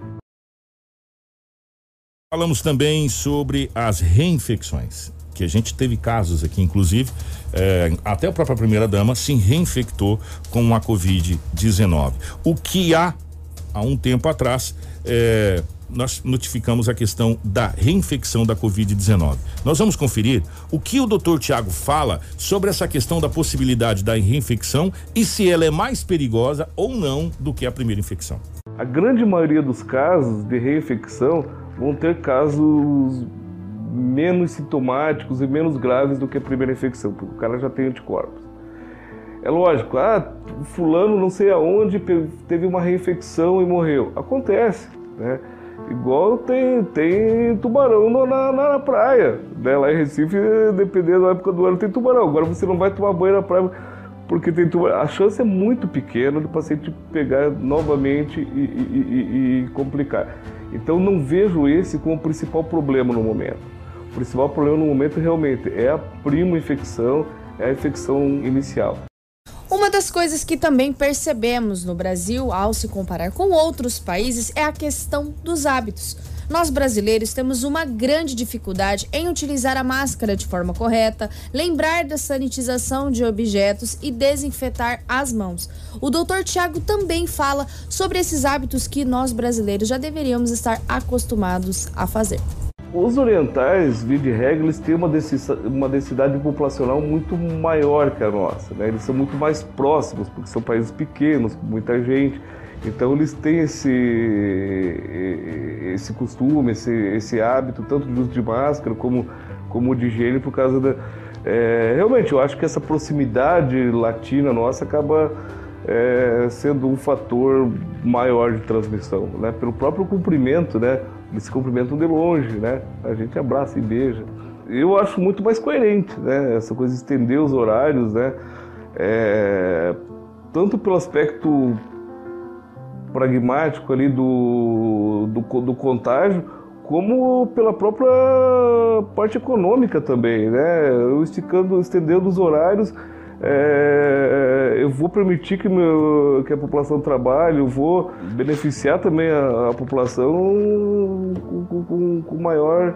B: Falamos também sobre as reinfecções, que a gente teve casos aqui, inclusive, até a própria primeira-dama se reinfectou com a Covid-19. O que há um tempo atrás, nós notificamos a questão da reinfecção da Covid-19. Nós vamos conferir o que o Dr. Tiago fala sobre essa questão da possibilidade da reinfecção e se ela é mais perigosa ou não do que a primeira infecção.
M: A grande maioria dos casos de reinfecção vão ter casos menos sintomáticos e menos graves do que a primeira infecção, porque o cara já tem anticorpos. É lógico, fulano não sei aonde teve uma reinfecção e morreu. Acontece, né? Igual tem tubarão na praia, né? Lá em Recife, dependendo da época do ano, tem tubarão. Agora você não vai tomar banho na praia porque tem tubarão. A chance é muito pequena do paciente pegar novamente e complicar. Então não vejo esse como o principal problema no momento. principal problema no momento realmente é a primo-infecção, é a infecção inicial.
F: Uma das coisas que também percebemos no Brasil, ao se comparar com outros países, é a questão dos hábitos. Nós brasileiros temos uma grande dificuldade em utilizar a máscara de forma correta, lembrar da sanitização de objetos e desinfetar as mãos. O Dr. Tiago também fala sobre esses hábitos que nós brasileiros já deveríamos estar acostumados a fazer.
M: Os orientais, via de regra, eles têm uma densidade populacional muito maior que a nossa, né? Eles são muito mais próximos, porque são países pequenos, com muita gente. Então eles têm esse costume, esse hábito, tanto de uso de máscara como de higiene, por causa da... realmente, eu acho que essa proximidade latina nossa acaba sendo um fator maior de transmissão, né? Pelo próprio cumprimento, né? Eles se cumprimentam de longe, né? A gente abraça e beija. Eu acho muito mais coerente, né? Essa coisa de estender os horários, né? Tanto pelo aspecto pragmático ali do contágio, como pela própria parte econômica também, né? Eu estendendo os horários, eu vou permitir que a população trabalhe, eu vou beneficiar também a população com maior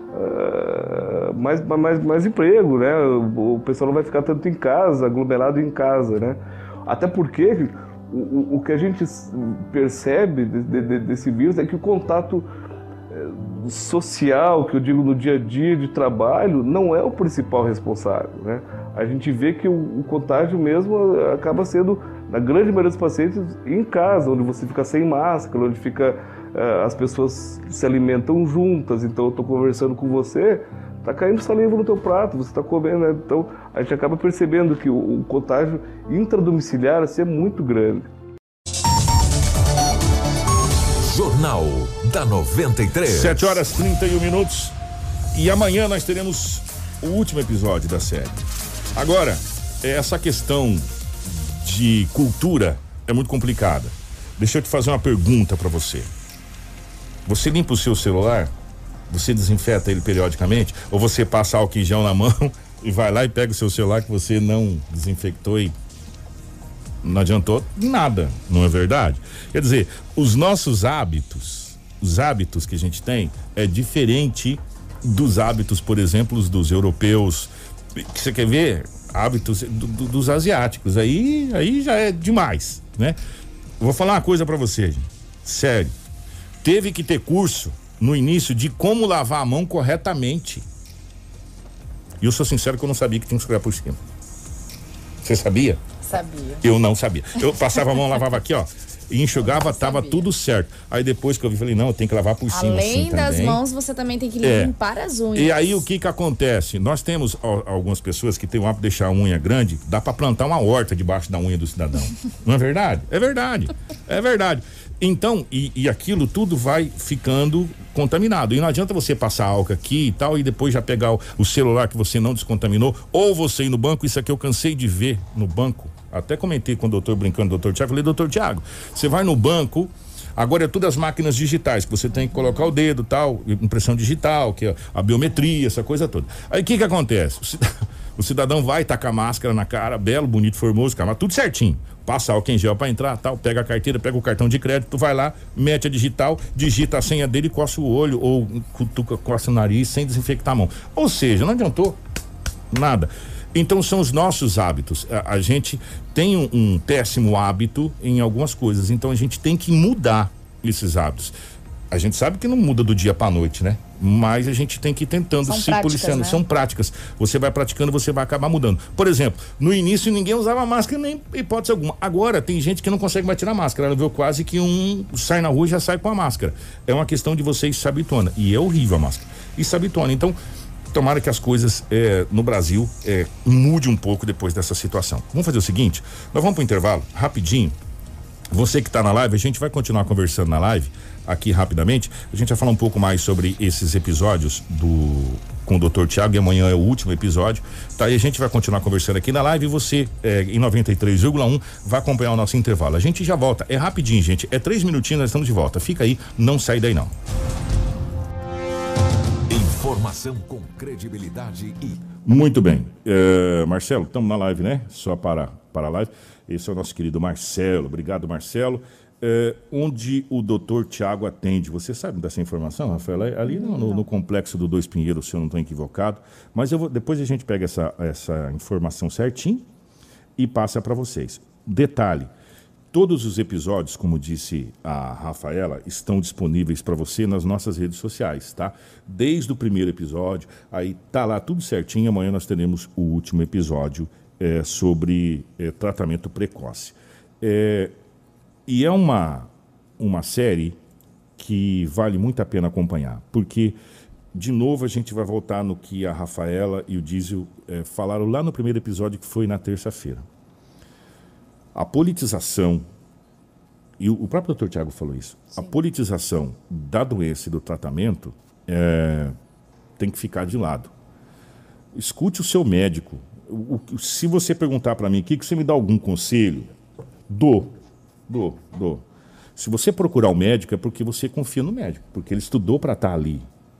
M: mais emprego, né? O pessoal não vai ficar tanto em casa, aglomerado em casa, né? Até porque o que a gente percebe desse vírus é que o contato social, que eu digo no dia a dia de trabalho, não é o principal responsável, né? A gente vê que o contágio mesmo acaba sendo, na grande maioria dos pacientes, em casa, onde você fica sem máscara, onde as pessoas se alimentam juntas. Então eu estou conversando com você, está caindo saliva no teu prato, você está comendo, né? Então a gente acaba percebendo que o contágio intradomiciliar assim, é muito grande.
C: Jornal da 93.
B: 7h31. E amanhã nós teremos o último episódio da série. Agora, essa questão de cultura é muito complicada. Deixa eu te fazer uma pergunta para você. Você limpa o seu celular? Você desinfeta ele periodicamente? Ou você passa álcool em gel na mão e vai lá e pega o seu celular que você não desinfectou e não adiantou nada, não é verdade? Quer dizer, os nossos hábitos, os hábitos que a gente tem é diferente dos hábitos, por exemplo, dos europeus. Você quer ver? Hábitos dos asiáticos. Aí já é demais, né? Vou falar uma coisa pra você, gente. Sério. Teve que ter curso no início de como lavar a mão corretamente. E eu sou sincero que eu não sabia que tinha que esfregar por cima. Você sabia?
E: Sabia.
B: Eu não sabia. Eu passava a mão, lavava aqui, ó, e enxugava, tava tudo certo. Aí depois que eu vi, falei, não, eu tenho que lavar por cima.
F: Além
B: assim,
F: das
B: também.
F: mãos, você também tem que limpar as unhas.
B: E aí o que acontece? Nós temos algumas pessoas que têm o hábito de deixar a unha grande, dá pra plantar uma horta debaixo da unha do cidadão. Não é verdade? É verdade. É verdade. Então, e aquilo tudo vai ficando contaminado. E não adianta você passar álcool aqui e tal, e depois já pegar o celular que você não descontaminou, ou você ir no banco. Isso aqui eu cansei de ver no banco. Até comentei com o doutor, brincando, doutor Tiago, falei, doutor Tiago, você vai no banco, agora é tudo as máquinas digitais, que você tem que colocar o dedo, tal, impressão digital, que é a biometria, essa coisa toda. Aí o que acontece? O cidadão vai tacar a máscara na cara, belo, bonito, formoso, mas tudo certinho. Passa álcool em gel pra entrar, tal, pega a carteira, pega o cartão de crédito, vai lá, mete a digital, digita a senha dele, coça o olho ou cutuca, coça o nariz sem desinfectar a mão. Ou seja, não adiantou nada. Então são os nossos hábitos. A gente tem um péssimo hábito em algumas coisas, então a gente tem que mudar esses hábitos. A gente sabe que não muda do dia pra noite, né? Mas a gente tem que ir tentando, se policiando. Né? São práticas. Você vai praticando, você vai acabar mudando. Por exemplo, no início ninguém usava máscara, nem hipótese alguma. Agora tem gente que não consegue mais tirar máscara. Ela viu quase que sai na rua e já sai com a máscara. É uma questão de você se habituando. E é horrível a máscara. E se habituando. Então, tomara que as coisas no Brasil mude um pouco depois dessa situação. Vamos fazer o seguinte, nós vamos pro intervalo, rapidinho. Você que está na live, a gente vai continuar conversando na live, aqui rapidamente. A gente vai falar um pouco mais sobre esses episódios com o Dr. Tiago, e amanhã é o último episódio, tá? E a gente vai continuar conversando aqui na live, e você em 93,1 vai acompanhar o nosso intervalo. A gente já volta, é rapidinho, gente, é 3 minutinhos, nós estamos de volta. Fica aí, não sai daí não.
C: Informação com credibilidade e...
B: Muito bem. Marcelo, estamos na live, né? Só para a live. Esse é o nosso querido Marcelo. Obrigado, Marcelo. Onde o doutor Tiago atende. Você sabe dessa informação, Rafael? Ali no complexo do Dois Pinheiros, se eu não estou equivocado. Mas depois a gente pega essa informação certinho e passa para vocês. Detalhe, todos os episódios, como disse a Rafaela, estão disponíveis para você nas nossas redes sociais, tá? Desde o primeiro episódio, aí tá lá tudo certinho. Amanhã nós teremos o último episódio sobre tratamento precoce. E é uma série que vale muito a pena acompanhar, porque, de novo, a gente vai voltar no que a Rafaela e o Diesel falaram lá no primeiro episódio, que foi na terça-feira. A politização, e o próprio Dr. Tiago falou isso, sim, a politização da doença e do tratamento tem que ficar de lado. Escute o seu médico. Se você perguntar para mim, que você me dá algum conselho? Dou. Se você procurar o médico, é porque você confia no médico, porque ele estudou para estar ali.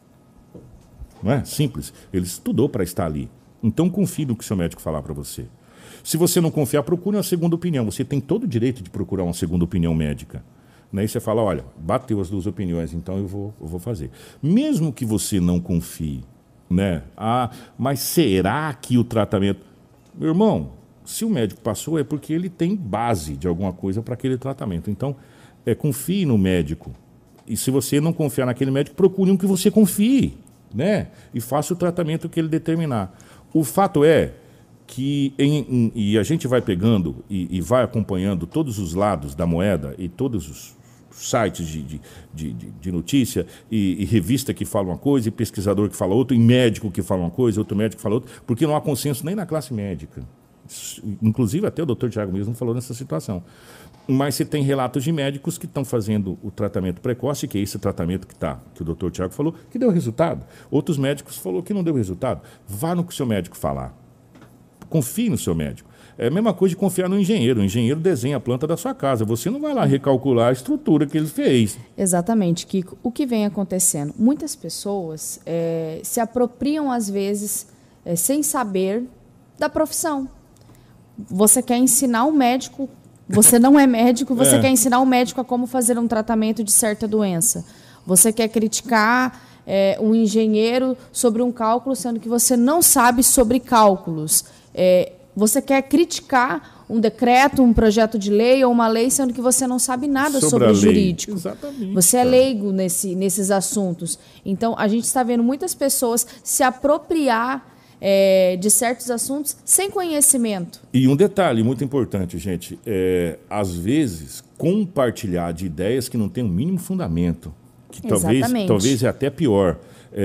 B: Não é? Simples. Ele estudou para estar ali. Então confie no que o seu médico falar para você. Se você não confiar, procure uma segunda opinião. Você tem todo o direito de procurar uma segunda opinião médica. Aí você fala, olha, bateu as duas opiniões, então eu vou fazer. Mesmo que você não confie, né? Mas será que o tratamento... Meu irmão, se o médico passou, é porque ele tem base de alguma coisa para aquele tratamento. Então, confie no médico. E se você não confiar naquele médico, procure um que você confie, né? E faça o tratamento que ele determinar. O fato é que e a gente vai pegando e vai acompanhando todos os lados da moeda e todos os sites de notícia e revista que fala uma coisa, e pesquisador que fala outra, e médico que fala uma coisa, outro médico que fala outra, porque não há consenso nem na classe médica. Inclusive até o doutor Tiago mesmo falou nessa situação. Mas você tem relatos de médicos que estão fazendo o tratamento precoce, que é esse tratamento que o doutor Tiago falou, que deu resultado. Outros médicos falaram que não deu resultado. Vá no que o seu médico falar. Confie no seu médico. É a mesma coisa de confiar no engenheiro. O engenheiro desenha a planta da sua casa. Você não vai lá recalcular a estrutura que ele fez.
F: Exatamente, Kiko. O que vem acontecendo? Muitas pessoas se apropriam, às vezes, sem saber da profissão. Você quer ensinar um médico... Você não é médico, você quer ensinar um médico a como fazer um tratamento de certa doença. Você quer criticar um engenheiro sobre um cálculo, sendo que você não sabe sobre cálculos. Você quer criticar um decreto, um projeto de lei ou uma lei, sendo que você não sabe nada sobre o jurídico.
B: Exatamente.
F: Você é leigo nesses assuntos. Então, a gente está vendo muitas pessoas se apropriar de certos assuntos sem conhecimento.
B: E um detalhe muito importante, gente, às vezes compartilhar de ideias que não têm o mínimo fundamento, que talvez é até pior.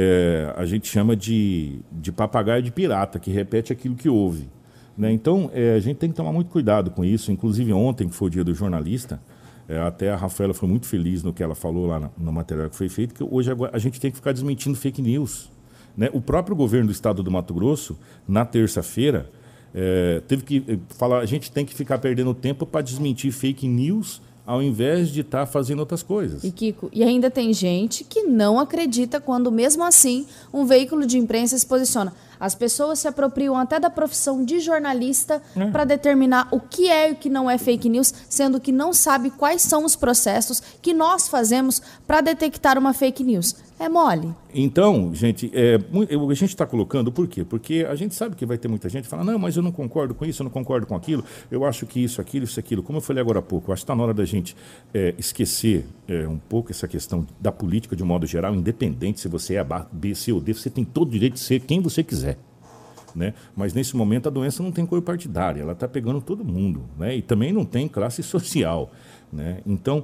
B: A gente chama de papagaio de pirata, que repete aquilo que ouve. Né? Então, a gente tem que tomar muito cuidado com isso. Inclusive ontem, que foi o dia do jornalista, até a Rafaela foi muito feliz no que ela falou lá no material que foi feito, que hoje agora, a gente tem que ficar desmentindo fake news. Né? O próprio governo do estado do Mato Grosso, na terça-feira, teve que falar, a gente tem que ficar perdendo tempo para desmentir fake news ao invés de estar fazendo outras coisas.
F: E, Kiko, e ainda tem gente que não acredita quando, mesmo assim, um veículo de imprensa se posiciona. As pessoas se apropriam até da profissão de jornalista para determinar o que é e o que não é fake news, sendo que não sabe quais são os processos que nós fazemos para detectar uma fake news. É mole.
B: Então, gente, a gente está colocando, por quê? Porque a gente sabe que vai ter muita gente que fala, não, mas eu não concordo com isso, eu não concordo com aquilo, eu acho que isso, aquilo. Como eu falei agora há pouco, eu acho que está na hora da gente esquecer um pouco essa questão da política de um modo geral, independente se você é A, B, C ou D, você tem todo o direito de ser quem você quiser. Né? Mas nesse momento a doença não tem cor partidária, ela está pegando todo mundo, né? E também não tem classe social, né? Então,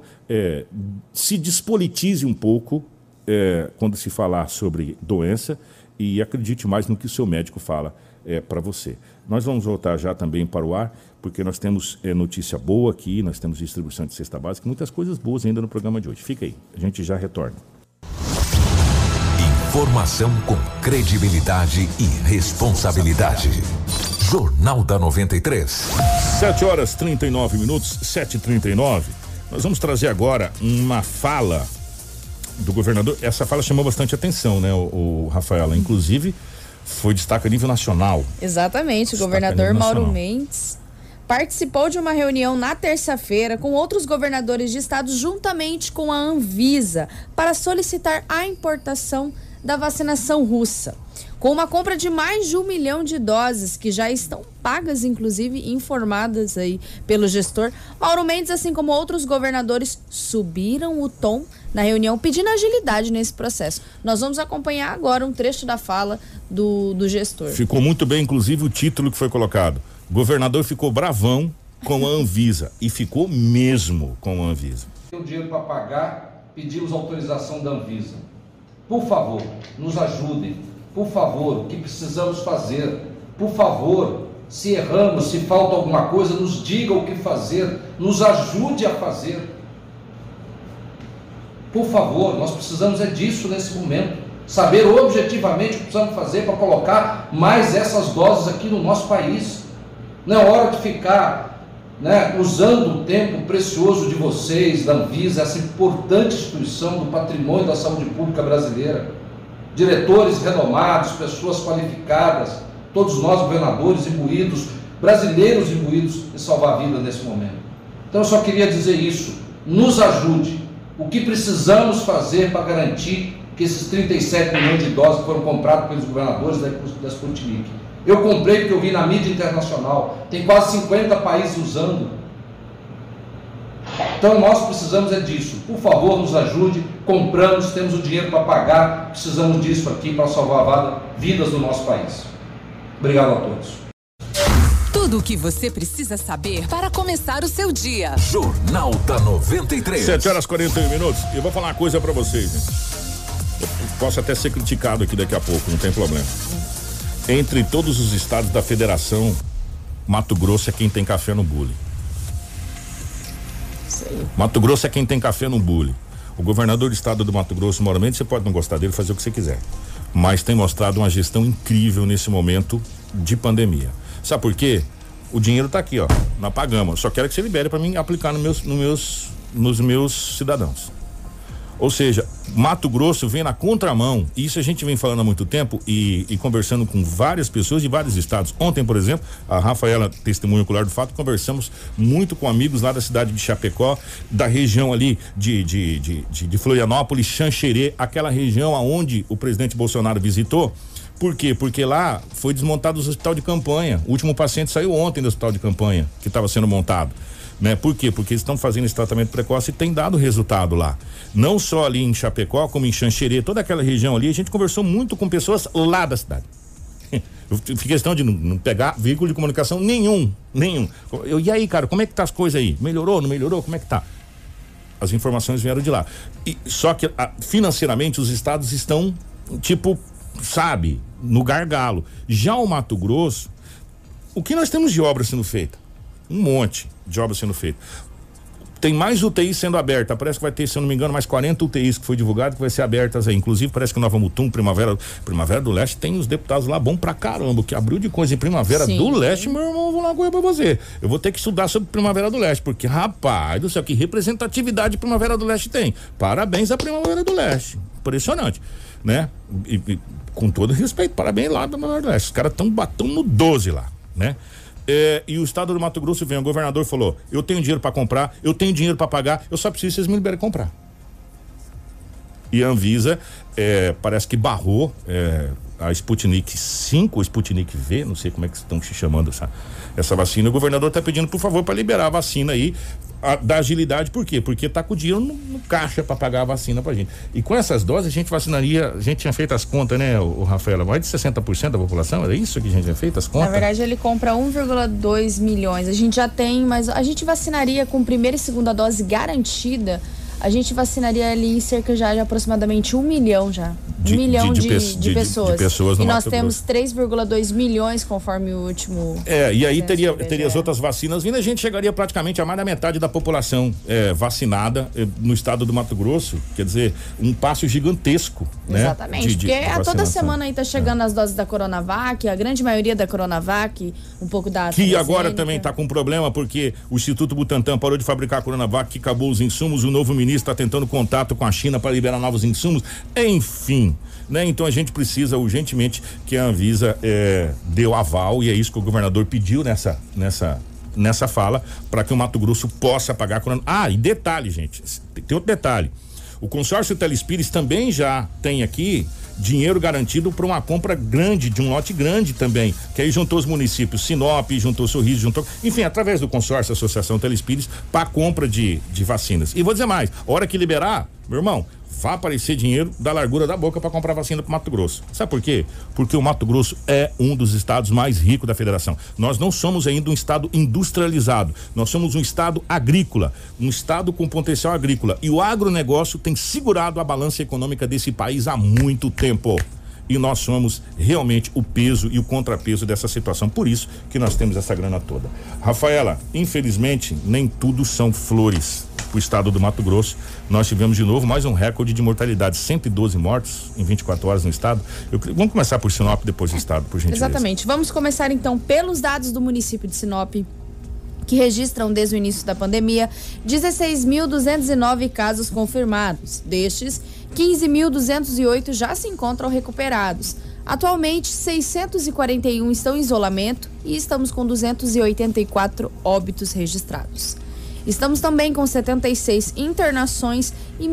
B: se despolitize um pouco quando se falar sobre doença e acredite mais no que o seu médico fala para você. Nós vamos voltar já também para o ar, porque nós temos notícia boa aqui, nós temos distribuição de cesta básica, muitas coisas boas ainda no programa de hoje. Fica aí, a gente já retorna.
C: Informação com credibilidade e responsabilidade. Jornal da 93.
B: 7h39, 7h39. Nós vamos trazer agora uma fala do governador, essa fala chamou bastante atenção, né, o Rafaela, inclusive foi destaque a nível nacional.
F: Exatamente, o governador Mauro Mendes participou de uma reunião na terça-feira com outros governadores de estados juntamente com a Anvisa para solicitar a importação da vacinação russa. Com uma compra de mais de 1 milhão de doses que já estão pagas, inclusive informadas aí pelo gestor, Mauro Mendes, assim como outros governadores, subiram o tom na reunião pedindo agilidade nesse processo. Nós vamos acompanhar agora um trecho da fala do gestor.
B: Ficou muito bem, inclusive, o título que foi colocado. O governador ficou bravão com a Anvisa e ficou mesmo com a Anvisa.
N: Tem o dinheiro para pagar, pedimos autorização da Anvisa. Por favor, nos ajudem. Por favor, o que precisamos fazer? Por favor, se erramos, se falta alguma coisa, nos diga o que fazer, nos ajude a fazer. Por favor, nós precisamos disso nesse momento. Saber objetivamente o que precisamos fazer para colocar mais essas doses aqui no nosso país. Não é hora de ficar, usando o tempo precioso de vocês, da Anvisa, essa importante instituição do patrimônio da saúde pública brasileira. Diretores renomados, pessoas qualificadas, todos nós governadores imbuídos, brasileiros imbuídos em salvar a vida nesse momento. Então eu só queria dizer isso, nos ajude. O que precisamos fazer para garantir que esses 37 milhões de doses foram comprados pelos governadores da Sputnik? Eu comprei porque eu vi na mídia internacional, tem quase 50 países usando. Então nós precisamos disso. Por favor, nos ajude. Compramos, temos o dinheiro para pagar. Precisamos disso aqui para salvar vidas do nosso país. Obrigado a todos.
E: Tudo o que você precisa saber para começar o seu dia.
C: Jornal da 93.
B: 7h41. Eu vou falar uma coisa para vocês, né? Eu posso até ser criticado aqui daqui a pouco, não tem problema. Entre todos os estados da federação, Mato Grosso é quem tem café no bule. Mato Grosso é quem tem café no bule. O governador do estado do Mato Grosso, Mauro Mendes, você pode não gostar dele, fazer o que você quiser, mas tem mostrado uma gestão incrível nesse momento de pandemia. Sabe por quê? O dinheiro tá aqui, ó, nós pagamos. Só quero que você libere para mim aplicar nos meus cidadãos. Ou seja, Mato Grosso vem na contramão, e isso a gente vem falando há muito tempo e conversando com várias pessoas de vários estados. Ontem, por exemplo, a Rafaela, testemunha ocular do fato, conversamos muito com amigos lá da cidade de Chapecó, da região ali de Florianópolis, Xanxerê, aquela região aonde o presidente Bolsonaro visitou. Por quê? Porque lá foi desmontado o hospital de campanha. O último paciente saiu ontem do hospital de campanha que estava sendo montado. Por quê? Porque eles estão fazendo esse tratamento precoce e tem dado resultado lá. Não só ali em Chapecó, como em Xanxerê, toda aquela região ali, a gente conversou muito com pessoas lá da cidade. Eu fiz questão de não pegar veículo de comunicação nenhum. E aí, cara, como é que tá as coisas aí? Melhorou, não melhorou? Como é que tá? As informações vieram de lá. Só que financeiramente os estados estão, no gargalo. Já o Mato Grosso, o que nós temos de obra sendo feita? Um monte de obra sendo feita. Tem mais UTI sendo aberta. Parece que vai ter, se eu não me engano, mais 40 UTIs que foi divulgado que vai ser abertas aí. Inclusive, parece que Nova Mutum, Primavera do Leste, tem uns deputados lá bom pra caramba, que abriu de coisa em Primavera do Leste, meu irmão, vou lá coisa pra você. Eu vou ter que estudar sobre Primavera do Leste, porque, rapaz do céu, que representatividade Primavera do Leste tem. Parabéns à Primavera do Leste. Impressionante, né? E com todo respeito, parabéns lá da Primavera do Leste. Os caras estão batendo no 12 lá, né? E o estado do Mato Grosso vem, o governador falou: eu tenho dinheiro para comprar, eu tenho dinheiro para pagar, eu só preciso que vocês me liberem comprar. E a Anvisa parece que barrou a Sputnik 5, Sputnik V, não sei como é que estão se chamando essa vacina. O governador está pedindo, por favor, para liberar a vacina aí, da agilidade. Por quê? Porque tá com o dinheiro no caixa para pagar a vacina pra gente. E com essas doses a gente vacinaria, a gente tinha feito as contas, né, o Rafaela, mais de 60% da população, era isso que a gente tinha feito as contas?
F: Na verdade ele compra 1,2 milhões, a gente já tem, mas a gente vacinaria com primeira e segunda dose garantida, a gente vacinaria ali cerca já de aproximadamente 1 milhão já. 1 milhão de pessoas.
B: De pessoas no
F: e nós
B: Mato
F: temos 3,2 milhões conforme o último.
B: E aí teria as outras vacinas vindo, a gente chegaria praticamente a mais da metade da população vacinada no estado do Mato Grosso. Quer dizer, um passo gigantesco, né?
F: Exatamente, porque toda semana aí tá chegando as doses da Coronavac, a grande maioria da Coronavac, um pouco da AstraZeneca.
B: Que agora também tá com problema porque o Instituto Butantan parou de fabricar a Coronavac, que acabou os insumos, o novo ministro está tentando contato com a China para liberar novos insumos, enfim, né? Então a gente precisa urgentemente que a Anvisa dê o aval, e é isso que o governador pediu nessa fala, para que o Mato Grosso possa pagar a Coronavac. E detalhe, gente, tem outro detalhe, o consórcio Telespires também já tem aqui dinheiro garantido para uma compra grande, de um lote grande também, que aí juntou os municípios Sinop, juntou Sorriso, enfim, através do consórcio Associação Telespires, para a compra de vacinas. E vou dizer mais, a hora que liberar, meu irmão, vai aparecer dinheiro da largura da boca para comprar vacina pro Mato Grosso. Sabe por quê? Porque o Mato Grosso é um dos estados mais ricos da federação. Nós não somos ainda um estado industrializado, nós somos um estado agrícola, um estado com potencial agrícola, e o agronegócio tem segurado a balança econômica desse país há muito tempo. E nós somos realmente o peso e o contrapeso dessa situação, por isso que nós temos essa grana toda. Rafaela, infelizmente nem tudo são flores pro estado do Mato Grosso. Nós tivemos de novo mais um recorde de mortalidade, 112 mortos em 24 horas no estado. Vamos começar por Sinop, depois do estado, por gentileza.
F: Exatamente, vamos começar então pelos dados do município de Sinop, que registram desde o início da pandemia 16.209 casos confirmados. Destes, 15.208 já se encontram recuperados. Atualmente, 641 estão em isolamento e estamos com 284 óbitos registrados. Estamos também com 76 internações e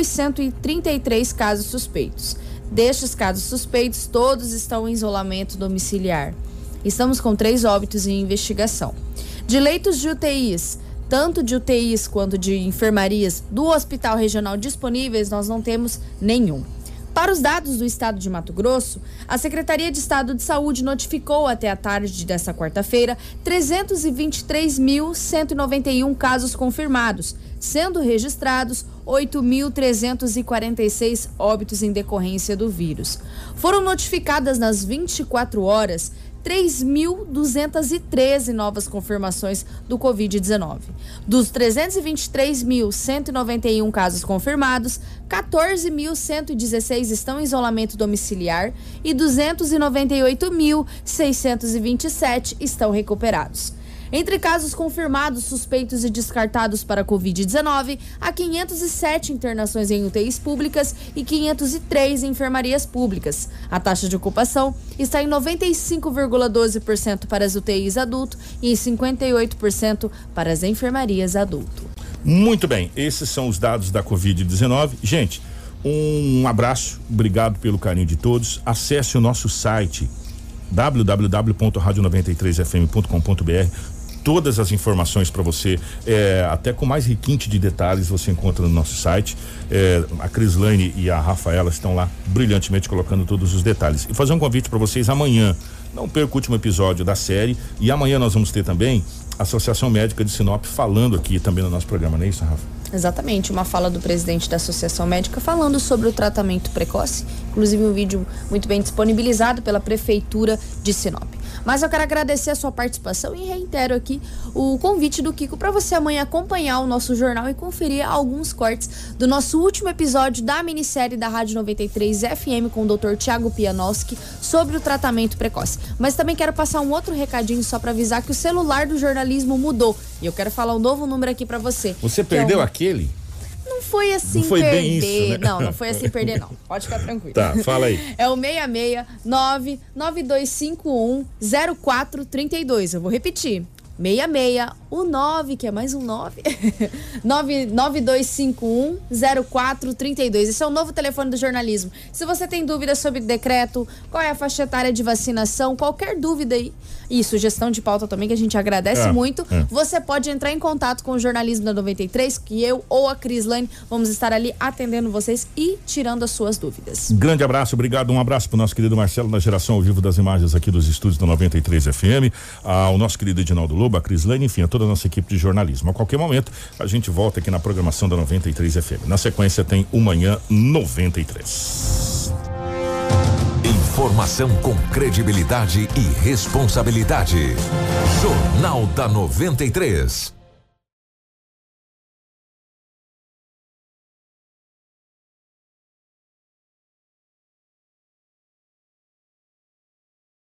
F: 1.133 casos suspeitos. Destes casos suspeitos, todos estão em isolamento domiciliar. Estamos com 3 óbitos em investigação. De leitos de UTIs, tanto de UTIs quanto de enfermarias do Hospital Regional disponíveis, nós não temos nenhum. Para os dados do estado de Mato Grosso, a Secretaria de Estado de Saúde notificou até a tarde desta quarta-feira 323.191 casos confirmados, sendo registrados 8.346 óbitos em decorrência do vírus. Foram notificadas nas 24 horas 3.213 novas confirmações do Covid-19. Dos 323.191 casos confirmados, 14.116 estão em isolamento domiciliar e 298.627 estão recuperados. Entre casos confirmados, suspeitos e descartados para Covid-19, há 507 internações em UTIs públicas e 503 em enfermarias públicas. A taxa de ocupação está em 95,12% para as UTIs adulto e em 58% para as enfermarias adulto.
B: Muito bem, esses são os dados da Covid-19. Gente, um abraço, obrigado pelo carinho de todos. Acesse o nosso site www.radio93fm.com.br. Todas as informações para você, até com mais requinte de detalhes, você encontra no nosso site. A Crislaine e a Rafaela estão lá brilhantemente colocando todos os detalhes. E fazer um convite para vocês amanhã. Não perca o último episódio da série. E amanhã nós vamos ter também a Associação Médica de Sinop falando aqui também no nosso programa, não é isso, Rafa?
F: Exatamente, uma fala do presidente da Associação Médica falando sobre o tratamento precoce, inclusive um vídeo muito bem disponibilizado pela Prefeitura de Sinop. Mas eu quero agradecer a sua participação e reitero aqui o convite do Kiko para você amanhã acompanhar o nosso jornal e conferir alguns cortes do nosso último episódio da minissérie da Rádio 93 FM com o Dr. Tiago Pianowski sobre o tratamento precoce. Mas também quero passar um outro recadinho só para avisar que o celular do jornalismo mudou e eu quero falar um novo número aqui para você.
B: Você perdeu aquele?
F: Não foi assim
B: não foi
F: perder.
B: Bem isso, né?
F: Não foi assim perder, não. Pode ficar tranquilo.
B: Tá, fala aí.
F: É o 669-9251-0432. Eu vou repetir. 66, o 9, que é mais um 9. 9251-0432. Esse é o novo telefone do jornalismo. Se você tem dúvidas sobre decreto, qual é a faixa etária de vacinação, qualquer dúvida aí, e sugestão de pauta também, que a gente agradece muito, você pode entrar em contato com o jornalismo da 93, que eu ou a Crislaine vamos estar ali atendendo vocês e tirando as suas dúvidas.
B: Grande abraço, obrigado, um abraço pro nosso querido Marcelo na geração ao vivo das imagens aqui dos estúdios da 93 FM, ao nosso querido Edinaldo Lobo, a Crislaine, enfim, a toda a nossa equipe de jornalismo. A qualquer momento a gente volta aqui na programação da 93 FM. Na sequência tem o Manhã 93.
C: Informação com credibilidade e responsabilidade. Jornal da 93.